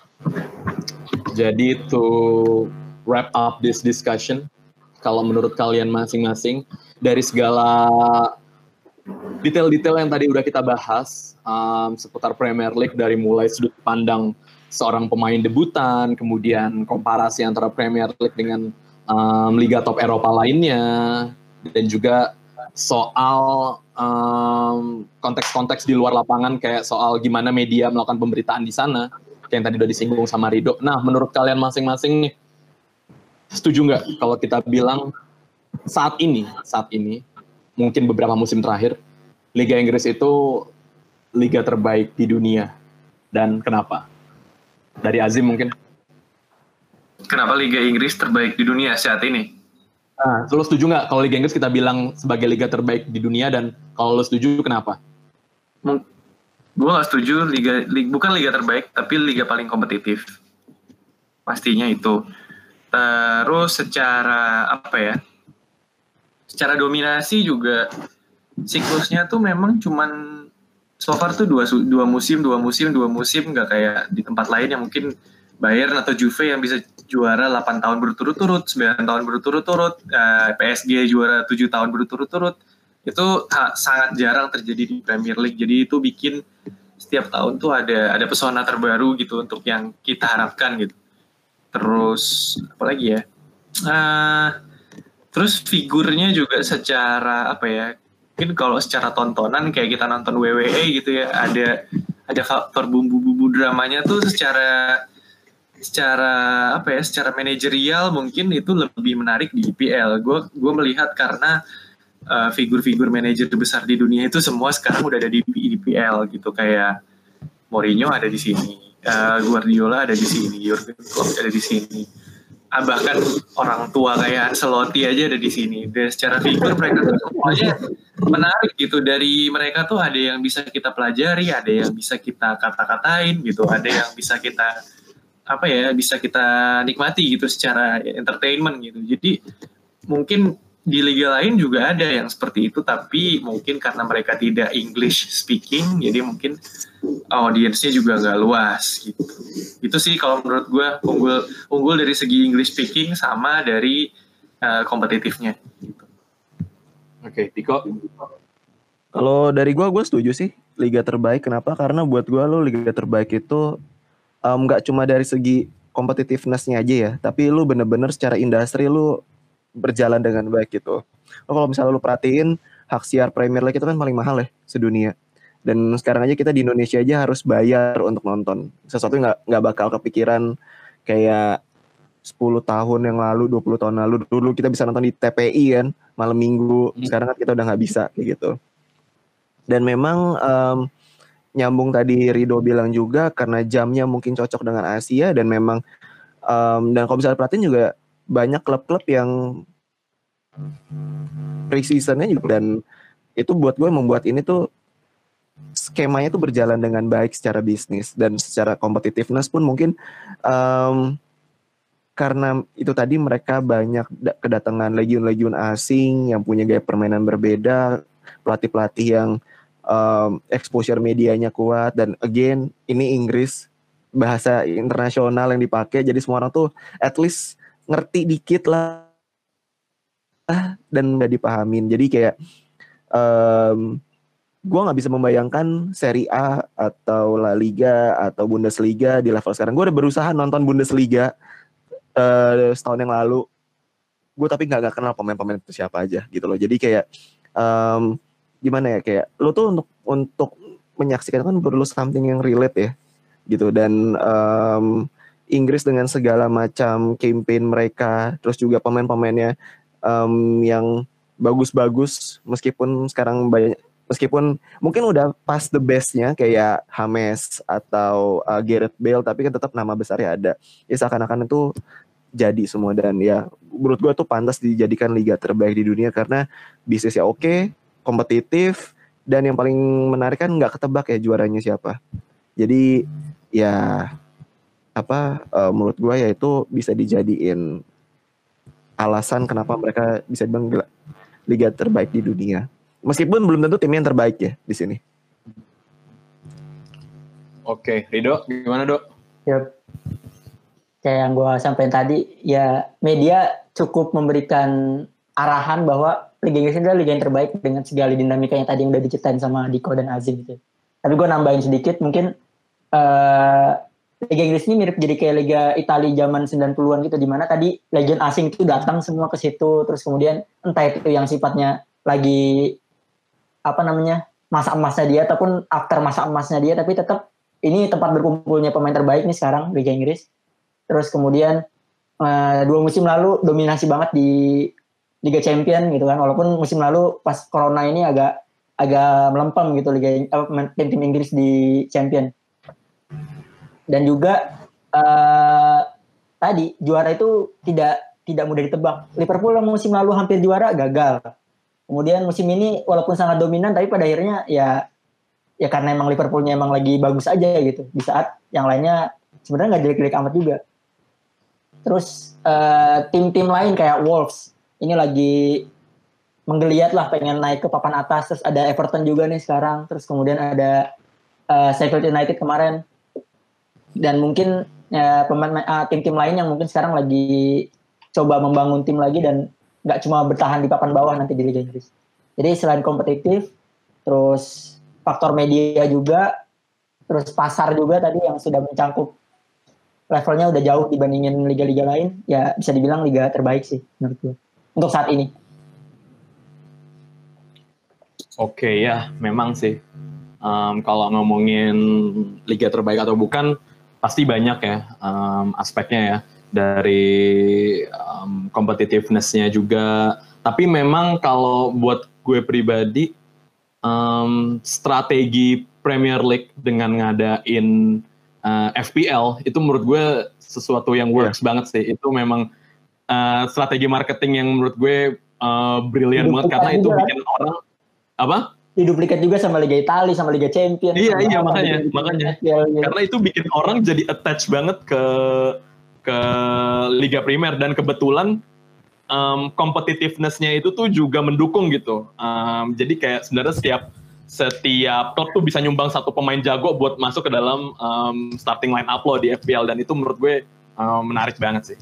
Jadi to wrap up this discussion, kalau menurut kalian masing-masing dari segala detail-detail yang tadi udah kita bahas seputar Premier League, dari mulai sudut pandang seorang pemain debutan, kemudian komparasi antara Premier League dengan liga top Eropa lainnya, dan juga soal konteks-konteks di luar lapangan, kayak soal gimana media melakukan pemberitaan di sana, kayak yang tadi udah disinggung sama Rido. Nah, menurut kalian masing-masing nih, setuju nggak kalau kita bilang saat ini, mungkin beberapa musim terakhir, Liga Inggris itu liga terbaik di dunia, dan kenapa? Dari Azim mungkin. Kenapa Liga Inggris terbaik di dunia saat ini? Nah, lo setuju nggak kalau Liga Inggris kita bilang sebagai liga terbaik di dunia, dan kalau lo setuju kenapa? Gue nggak setuju, bukan liga terbaik, tapi liga paling kompetitif. Pastinya itu. Terus secara secara dominasi juga siklusnya tuh memang cuman so far tuh dua musim, nggak kayak di tempat lain yang mungkin Bayern atau Juve yang bisa juara 8 tahun berturut-turut, 9 tahun berturut-turut, PSG juara 7 tahun berturut-turut. Itu sangat jarang terjadi di Premier League. Jadi itu bikin setiap tahun tuh ada pesona terbaru gitu untuk yang kita harapkan gitu. Terus apalagi ya? Terus figurnya juga secara mungkin kalau secara tontonan kayak kita nonton WWE gitu ya, ada faktor bumbu-bumbu dramanya tuh secara manajerial mungkin itu lebih menarik di IPL. Gue melihat karena figur-figur manajer besar di dunia itu semua sekarang udah ada di IPL gitu, kayak Mourinho ada di sini, Guardiola ada di sini, Jurgen Klopp ada di sini, bahkan orang tua kayak Ancelotti aja ada di sini. Dan secara figur mereka tuh semuanya menarik gitu. Dari mereka tuh ada yang bisa kita pelajari, ada yang bisa kita kata-katain gitu, ada yang bisa kita bisa kita nikmati gitu secara entertainment gitu. Jadi mungkin di liga lain juga ada yang seperti itu, tapi mungkin karena mereka tidak English speaking, jadi mungkin audiensnya juga nggak luas gitu. Itu sih kalau menurut gue unggul dari segi English speaking sama dari kompetitifnya. Gitu. Oke, Tiko. Kalau dari gue setuju sih liga terbaik. Kenapa? Karena buat gue liga terbaik itu nggak cuma dari segi competitiveness-nya aja ya, tapi lu bener-bener secara industri lu berjalan dengan baik gitu. Kalau misalnya lu perhatiin hak siar Premier League itu kan paling mahal ya sedunia, dan sekarang aja kita di Indonesia aja harus bayar untuk nonton sesuatu yang nggak bakal kepikiran kayak 10 tahun yang lalu, 20 tahun lalu. Dulu kita bisa nonton di TPI kan malam minggu, sekarang kan kita udah nggak bisa kayak gitu. Dan memang nyambung tadi Rido bilang juga karena jamnya mungkin cocok dengan Asia, dan memang dan kalau misalnya perhatiin juga banyak klub-klub yang pre-seasonnya juga, dan itu buat gue membuat ini tuh skemanya tuh berjalan dengan baik secara bisnis, dan secara competitiveness pun mungkin karena itu tadi mereka banyak kedatangan legiun-legiun asing yang punya gaya permainan berbeda, pelatih-pelatih yang exposure medianya kuat, dan again ini Inggris, bahasa internasional yang dipakai, jadi semua orang tuh at least ngerti dikit lah dan udah dipahamin. Jadi kayak gue nggak bisa membayangkan Serie A atau La Liga atau Bundesliga di level sekarang. Gue udah berusaha nonton Bundesliga setahun yang lalu, gue tapi nggak kenal pemain-pemain itu siapa aja gitu loh. Jadi kayak gimana ya, kayak lo tuh untuk menyaksikan kan perlu something yang relate ya gitu. Dan Inggris dengan segala macam campaign mereka, terus juga pemain-pemainnya yang bagus-bagus, meskipun sekarang meskipun mungkin udah pas the bestnya kayak James atau Gareth Bale, tapi kan tetap nama besarnya ada. Ya seakan-akan itu jadi semua, dan ya menurut gue tuh pantas dijadikan liga terbaik di dunia karena bisnisnya oke, kompetitif, dan yang paling menarik kan nggak ketebak ya juaranya siapa. Jadi ya menurut gue ya itu bisa dijadiin alasan kenapa mereka bisa dibilang liga terbaik di dunia. Meskipun belum tentu timnya yang terbaik ya di sini. Oke, Rido, gimana Dok? Ya, kayak yang gue sampaikan tadi, ya media cukup memberikan arahan bahwa Liga Inggris ini adalah liga yang terbaik dengan segala dinamika yang tadi yang udah diceritain sama Diko dan Azim gitu. Tapi gue nambahin sedikit, mungkin Liga Inggris ini mirip jadi kayak Liga Italia zaman 90-an gitu, di mana tadi legend asing itu datang semua ke situ, terus kemudian entah itu yang sifatnya lagi masa emasnya dia ataupun after masa emasnya dia, tapi tetap ini tempat berkumpulnya pemain terbaik nih sekarang Liga Inggris. Terus kemudian 2 musim lalu dominasi banget di Liga Champion gitu kan, walaupun musim lalu pas Corona ini agak melempem gitu tim-tim Inggris di Champion. Dan juga tadi juara itu tidak mudah ditebak. Liverpool musim lalu hampir juara, gagal. Kemudian musim ini walaupun sangat dominan, tapi pada akhirnya ya karena emang Liverpoolnya emang lagi bagus aja gitu. Di saat yang lainnya sebenarnya nggak jelek-jelek amat juga. Terus tim-tim lain kayak Wolves ini lagi menggeliat lah, pengen naik ke papan atas. Terus ada Everton juga nih sekarang. Terus kemudian ada Sheffield United kemarin. Dan mungkin tim-tim lain yang mungkin sekarang lagi coba membangun tim lagi dan nggak cuma bertahan di papan bawah nanti di Liga Inggris. Jadi selain kompetitif, terus faktor media juga, terus pasar juga tadi yang sudah mencangkup levelnya udah jauh dibandingin liga-liga lain, ya bisa dibilang liga terbaik sih menurut gue untuk saat ini. Oke ya, memang sih. Kalau ngomongin liga terbaik atau bukan, pasti banyak ya aspeknya ya. Dari competitiveness-nya juga. Tapi memang kalau buat gue pribadi, strategi Premier League dengan ngadain FPL itu menurut gue sesuatu yang works banget sih. Itu memang strategi marketing yang menurut gue brilliant banget, karena itu bikin orang apa? Diduplikat juga sama Liga Italia, sama Liga Champions. Iya makanya. Karena itu bikin orang jadi attach banget ke Liga Primer, dan kebetulan competitiveness-nya itu tuh juga mendukung gitu. Jadi kayak sebenarnya setiap klub tuh bisa nyumbang satu pemain jago buat masuk ke dalam starting line up lo di FPL, dan itu menurut gue menarik banget sih.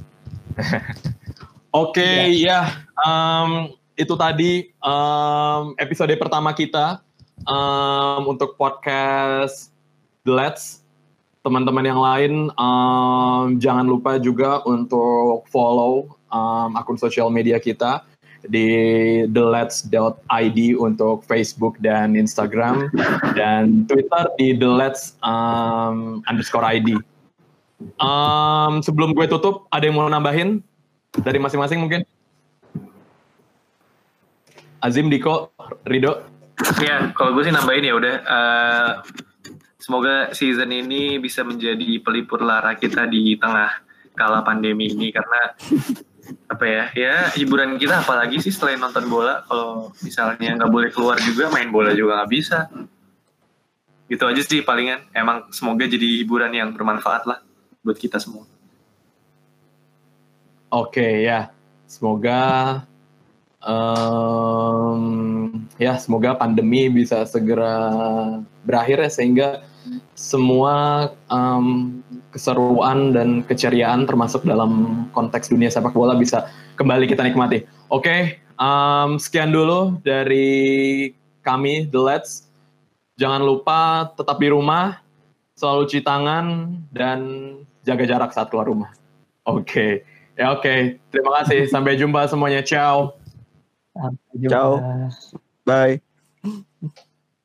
Oke, itu tadi episode pertama kita untuk podcast The Lads. Teman-teman yang lain jangan lupa juga untuk follow akun sosial media kita di thelads.id untuk Facebook dan Instagram, dan Twitter di thelads_id. Sebelum gue tutup, ada yang mau nambahin dari masing-masing mungkin? Azim, Diko, Rido? Ya, kalau gue sih nambahin ya udah. Semoga season ini bisa menjadi pelipur lara kita di tengah kala pandemi ini, karena ya hiburan kita apalagi sih selain nonton bola. Kalau misalnya nggak boleh keluar juga, main bola juga nggak bisa. Gitu aja sih palingan. Emang semoga jadi hiburan yang bermanfaat lah buat kita semua. Oke, ya, semoga semoga pandemi bisa segera berakhir ya, sehingga semua keseruan dan keceriaan termasuk dalam konteks dunia sepak bola bisa kembali kita nikmati. Oke, sekian dulu dari kami The Lads. Jangan lupa tetap di rumah, selalu cuci tangan, dan jaga jarak saat keluar rumah. Oke. Terima kasih. Sampai jumpa semuanya. Ciao. Ciao. Bye.